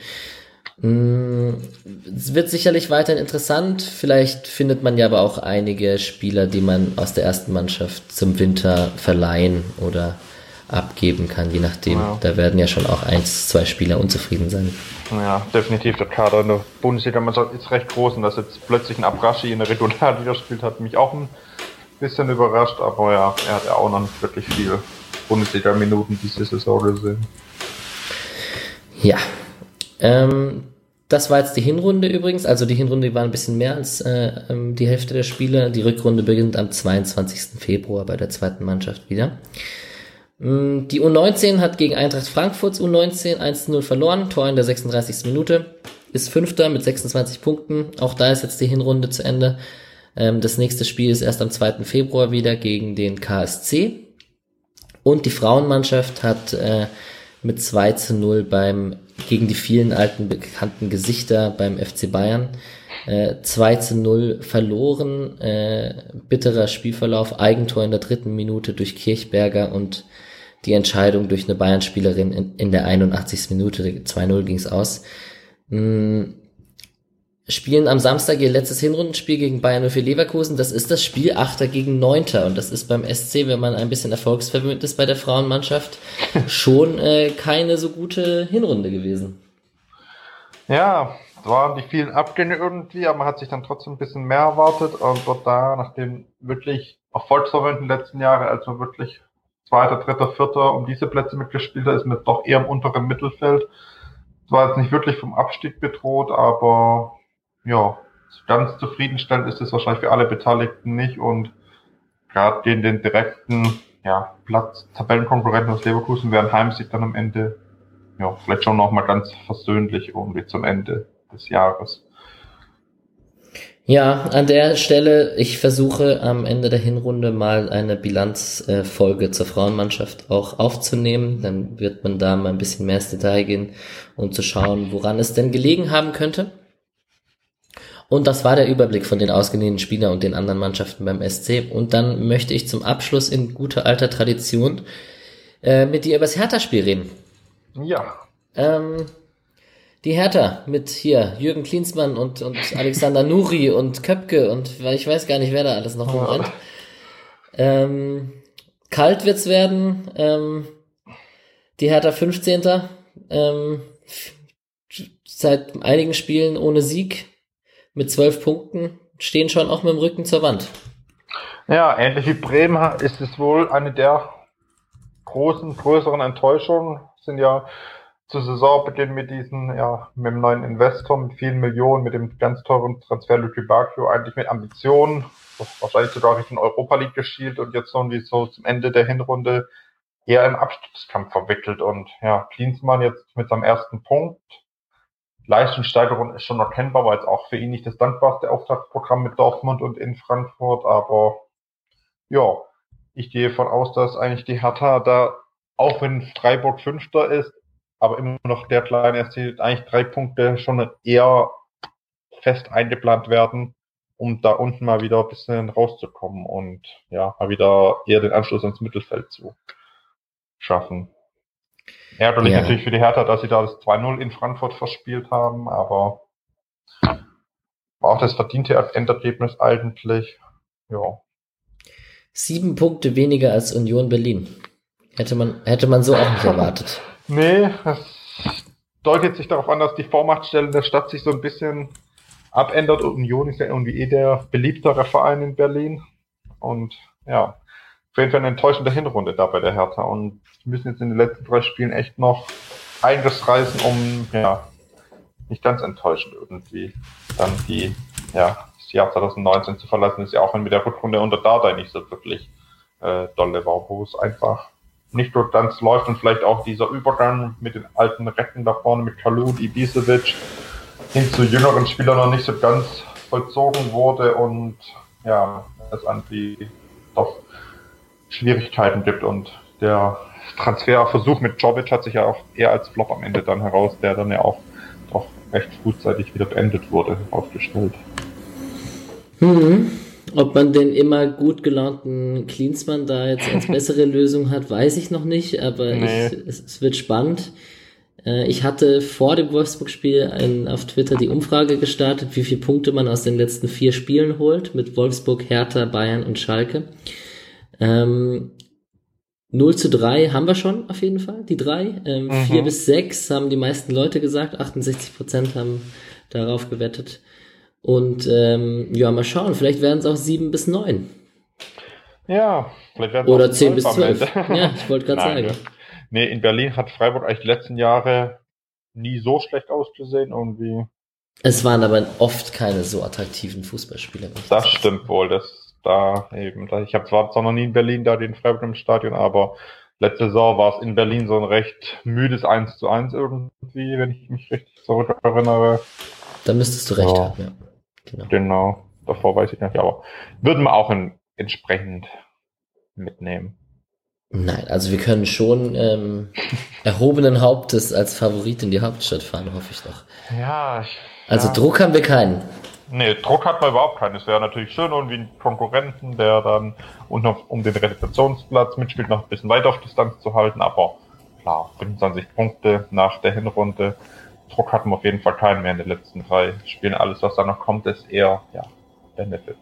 Es wird sicherlich weiterhin interessant. Vielleicht findet man ja aber auch einige Spieler, die man aus der ersten Mannschaft zum Winter verleihen oder abgeben kann, je nachdem. Ja. Da werden ja schon auch eins, zwei Spieler unzufrieden sein. Ja, definitiv. Der Kader in der Bundesliga ist recht groß und dass jetzt plötzlich ein Abrashi in der Regionalliga spielt, hat mich auch ein bisschen überrascht. Aber ja, er hat ja auch noch nicht wirklich viele Bundesliga-Minuten diese Saison gesehen. Ja. Ähm, das war jetzt die Hinrunde übrigens, also die Hinrunde war ein bisschen mehr als äh, die Hälfte der Spiele. Die Rückrunde beginnt am zweiundzwanzigsten Februar bei der zweiten Mannschaft wieder. Ähm, die U neunzehn hat gegen Eintracht Frankfurts U neunzehn eins zu null verloren, Tor in der sechsunddreißigsten Minute, ist Fünfter mit sechsundzwanzig Punkten. Auch da ist jetzt die Hinrunde zu Ende. Ähm, das nächste Spiel ist erst am zweiten Februar wieder gegen den K S C. Und die Frauenmannschaft hat äh, mit zwei zu null beim gegen die vielen alten bekannten Gesichter beim F C Bayern äh, zwei zu null verloren, äh, bitterer Spielverlauf, Eigentor in der dritten Minute durch Kirchberger und die Entscheidung durch eine Bayern-Spielerin in, in der einundachtzigsten Minute, zwei null ging's aus. Hm, spielen am Samstag ihr letztes Hinrundenspiel gegen Bayern null vier Leverkusen. Das ist das Spiel Achter gegen Neunter und das ist beim S C, wenn man ein bisschen erfolgsverwöhnt ist bei der Frauenmannschaft, schon äh, keine so gute Hinrunde gewesen. Ja, es waren die vielen Abgänge irgendwie, aber man hat sich dann trotzdem ein bisschen mehr erwartet und wird da nach den wirklich erfolgsverwöhnten letzten Jahren, als man wirklich Zweiter, Dritter, Vierter um diese Plätze mitgespielt hat, ist man doch eher im unteren Mittelfeld. Es war jetzt nicht wirklich vom Abstieg bedroht, aber ja, ganz zufriedenstellend ist es wahrscheinlich für alle Beteiligten nicht und gerade gegen den direkten ja, Platz Tabellenkonkurrenten aus Leverkusen wären Heimsieg dann am Ende ja vielleicht schon nochmal ganz versöhnlich irgendwie zum Ende des Jahres. Ja, an der Stelle, ich versuche am Ende der Hinrunde mal eine Bilanzfolge äh, zur Frauenmannschaft auch aufzunehmen. Dann wird man da mal ein bisschen mehr ins Detail gehen, um zu schauen, woran es denn gelegen haben könnte. Und das war der Überblick von den ausgeliehenen Spielern und den anderen Mannschaften beim S C. Und dann möchte ich zum Abschluss in guter alter Tradition äh, mit dir über das Hertha-Spiel reden. Ja. Ähm, die Hertha mit hier Jürgen Klinsmann und, und Alexander Nuri und Köpke und ich weiß gar nicht, wer da alles noch rumrennt. Ähm, kalt wird's werden. Ähm, die Hertha fünfzehnter Ähm, seit einigen Spielen ohne Sieg. Mit zwölf Punkten stehen schon auch mit dem Rücken zur Wand. Ja, ähnlich wie Bremen ist es wohl eine der großen, größeren Enttäuschungen. Sind ja zu Saisonbeginn mit diesen, ja, mit dem neuen Investor, mit vielen Millionen, mit dem ganz teuren Transfer Luki Bacchio, eigentlich mit Ambitionen, wahrscheinlich sogar Richtung Europa League geschielt und jetzt irgendwie so zum Ende der Hinrunde eher im Abstiegskampf verwickelt und ja, Klinsmann jetzt mit seinem ersten Punkt. Leistungssteigerung ist schon erkennbar, weil es auch für ihn nicht das dankbarste Auftaktprogramm mit Dortmund und in Frankfurt, aber ja, ich gehe davon aus, dass eigentlich die Hertha da, auch wenn Freiburg Fünfter ist, aber immer noch der kleine erzielt, eigentlich drei Punkte schon eher fest eingeplant werden, um da unten mal wieder ein bisschen rauszukommen und ja, mal wieder eher den Anschluss ans Mittelfeld zu schaffen. Ärgerlich ja. natürlich für die Hertha, dass sie da das zwei null in Frankfurt verspielt haben, aber war auch das verdiente Endergebnis eigentlich. Ja. Sieben Punkte weniger als Union Berlin. Hätte man, hätte man so auch nicht erwartet. Nee, das deutet sich darauf an, dass die Vormachtstelle der Stadt sich so ein bisschen abändert. Union ist ja irgendwie eh der beliebtere Verein in Berlin. Und ja, auf jeden Fall eine enttäuschende Hinrunde da bei der Hertha. Und die müssen jetzt in den letzten drei Spielen echt noch einiges reißen, um, ja, nicht ganz enttäuschend irgendwie dann die, ja, das Jahr zwanzig neunzehn zu verlassen. Das ist ja auch mit der Rückrunde unter Dardai nicht so wirklich äh, dolle war, wo es einfach nicht so ganz läuft und vielleicht auch dieser Übergang mit den alten Recken da vorne mit Kalou und Ibisevic hin zu jüngeren Spielern noch nicht so ganz vollzogen wurde und ja, es irgendwie doch Schwierigkeiten gibt und der Transferversuch mit Jovic hat sich ja auch eher als Flop am Ende dann heraus, der dann ja auch doch recht frühzeitig wieder beendet wurde, aufgestellt. Mhm. Ob man den immer gut gelaunten Klinsmann da jetzt als bessere Lösung hat, weiß ich noch nicht, aber nee. ich, es, es wird spannend. Äh, ich hatte vor dem Wolfsburg-Spiel ein, auf Twitter die Umfrage gestartet, wie viele Punkte man aus den letzten vier Spielen holt, mit Wolfsburg, Hertha, Bayern und Schalke. Ähm, null zu drei haben wir schon auf jeden Fall, die drei. Ähm, mhm. vier bis sechs haben die meisten Leute gesagt, achtundsechzig Prozent haben darauf gewettet. Und ähm, ja, mal schauen, vielleicht werden es auch sieben bis neun. Ja, vielleicht werden es Oder zehn bis zwölf. Ja, ich wollte gerade sagen. Ja. Nee, in Berlin hat Freiburg eigentlich die letzten Jahre nie so schlecht ausgesehen irgendwie. Es waren aber oft keine so attraktiven Fußballspieler. Das, das stimmt wohl, das da eben. Ich habe zwar noch nie in Berlin da den Freiburg im Stadion, aber letzte Saison war es in Berlin so ein recht müdes eins zu eins irgendwie, wenn ich mich richtig zurückerinnere. Da müsstest du recht ja. haben, ja. Genau. genau, davor weiß ich nicht, aber würden wir auch in, entsprechend mitnehmen. Nein, also wir können schon ähm, erhobenen Hauptes als Favorit in die Hauptstadt fahren, hoffe ich doch. Ja. Ich, also ja. Druck haben wir keinen. Nee, Druck hat man überhaupt keinen. Es wäre natürlich schön, irgendwie ein Konkurrenten, der dann und noch um den Relegationsplatz mitspielt, noch ein bisschen weiter auf Distanz zu halten, aber klar, fünfundzwanzig Punkte nach der Hinrunde. Druck hatten wir auf jeden Fall keinen mehr in den letzten drei Spielen. Alles, was da noch kommt, ist eher, ja, Benefits.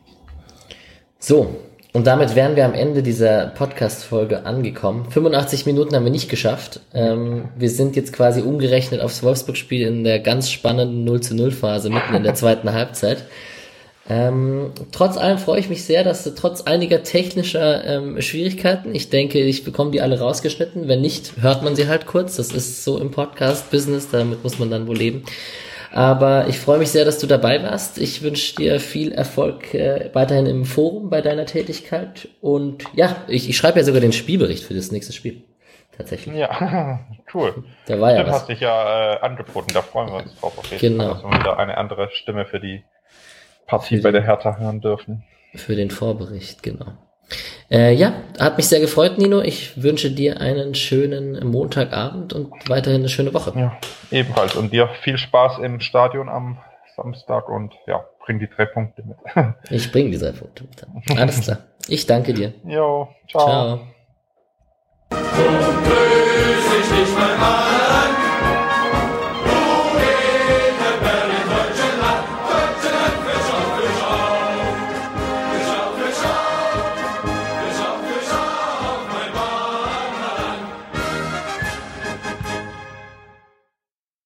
So, und damit wären wir am Ende dieser Podcast-Folge angekommen. fünfundachtzig Minuten haben wir nicht geschafft. Ähm, wir sind jetzt quasi umgerechnet aufs Wolfsburg-Spiel in der ganz spannenden null zu null Phase, mitten in der zweiten Halbzeit. Ähm, trotz allem freue ich mich sehr, dass trotz einiger technischer ähm, Schwierigkeiten, ich denke, ich bekomme die alle rausgeschnitten. Wenn nicht, hört man sie halt kurz. Das ist so im Podcast-Business, damit muss man dann wohl leben. Aber ich freue mich sehr, dass du dabei warst. Ich wünsche dir viel Erfolg äh, weiterhin im Forum bei deiner Tätigkeit. Und ja, ich, ich schreibe ja sogar den Spielbericht für das nächste Spiel. Tatsächlich. Ja, cool. Da war ja das was. Hast dich ja äh, angeboten, da freuen wir uns drauf. Auf jeden Fall, dass wir wieder eine andere Stimme für die Partie bei der Hertha hören dürfen. Für den Vorbericht, genau. Äh, ja, hat mich sehr gefreut, Nino. Ich wünsche dir einen schönen Montagabend und weiterhin eine schöne Woche. Ja, ebenfalls. Und dir viel Spaß im Stadion am Samstag und ja, bring die drei Punkte mit. Ich bring die drei Punkte mit. Alles klar. Ich danke dir. Jo, ciao. Ciao. So grüß ich dich, mein Mann.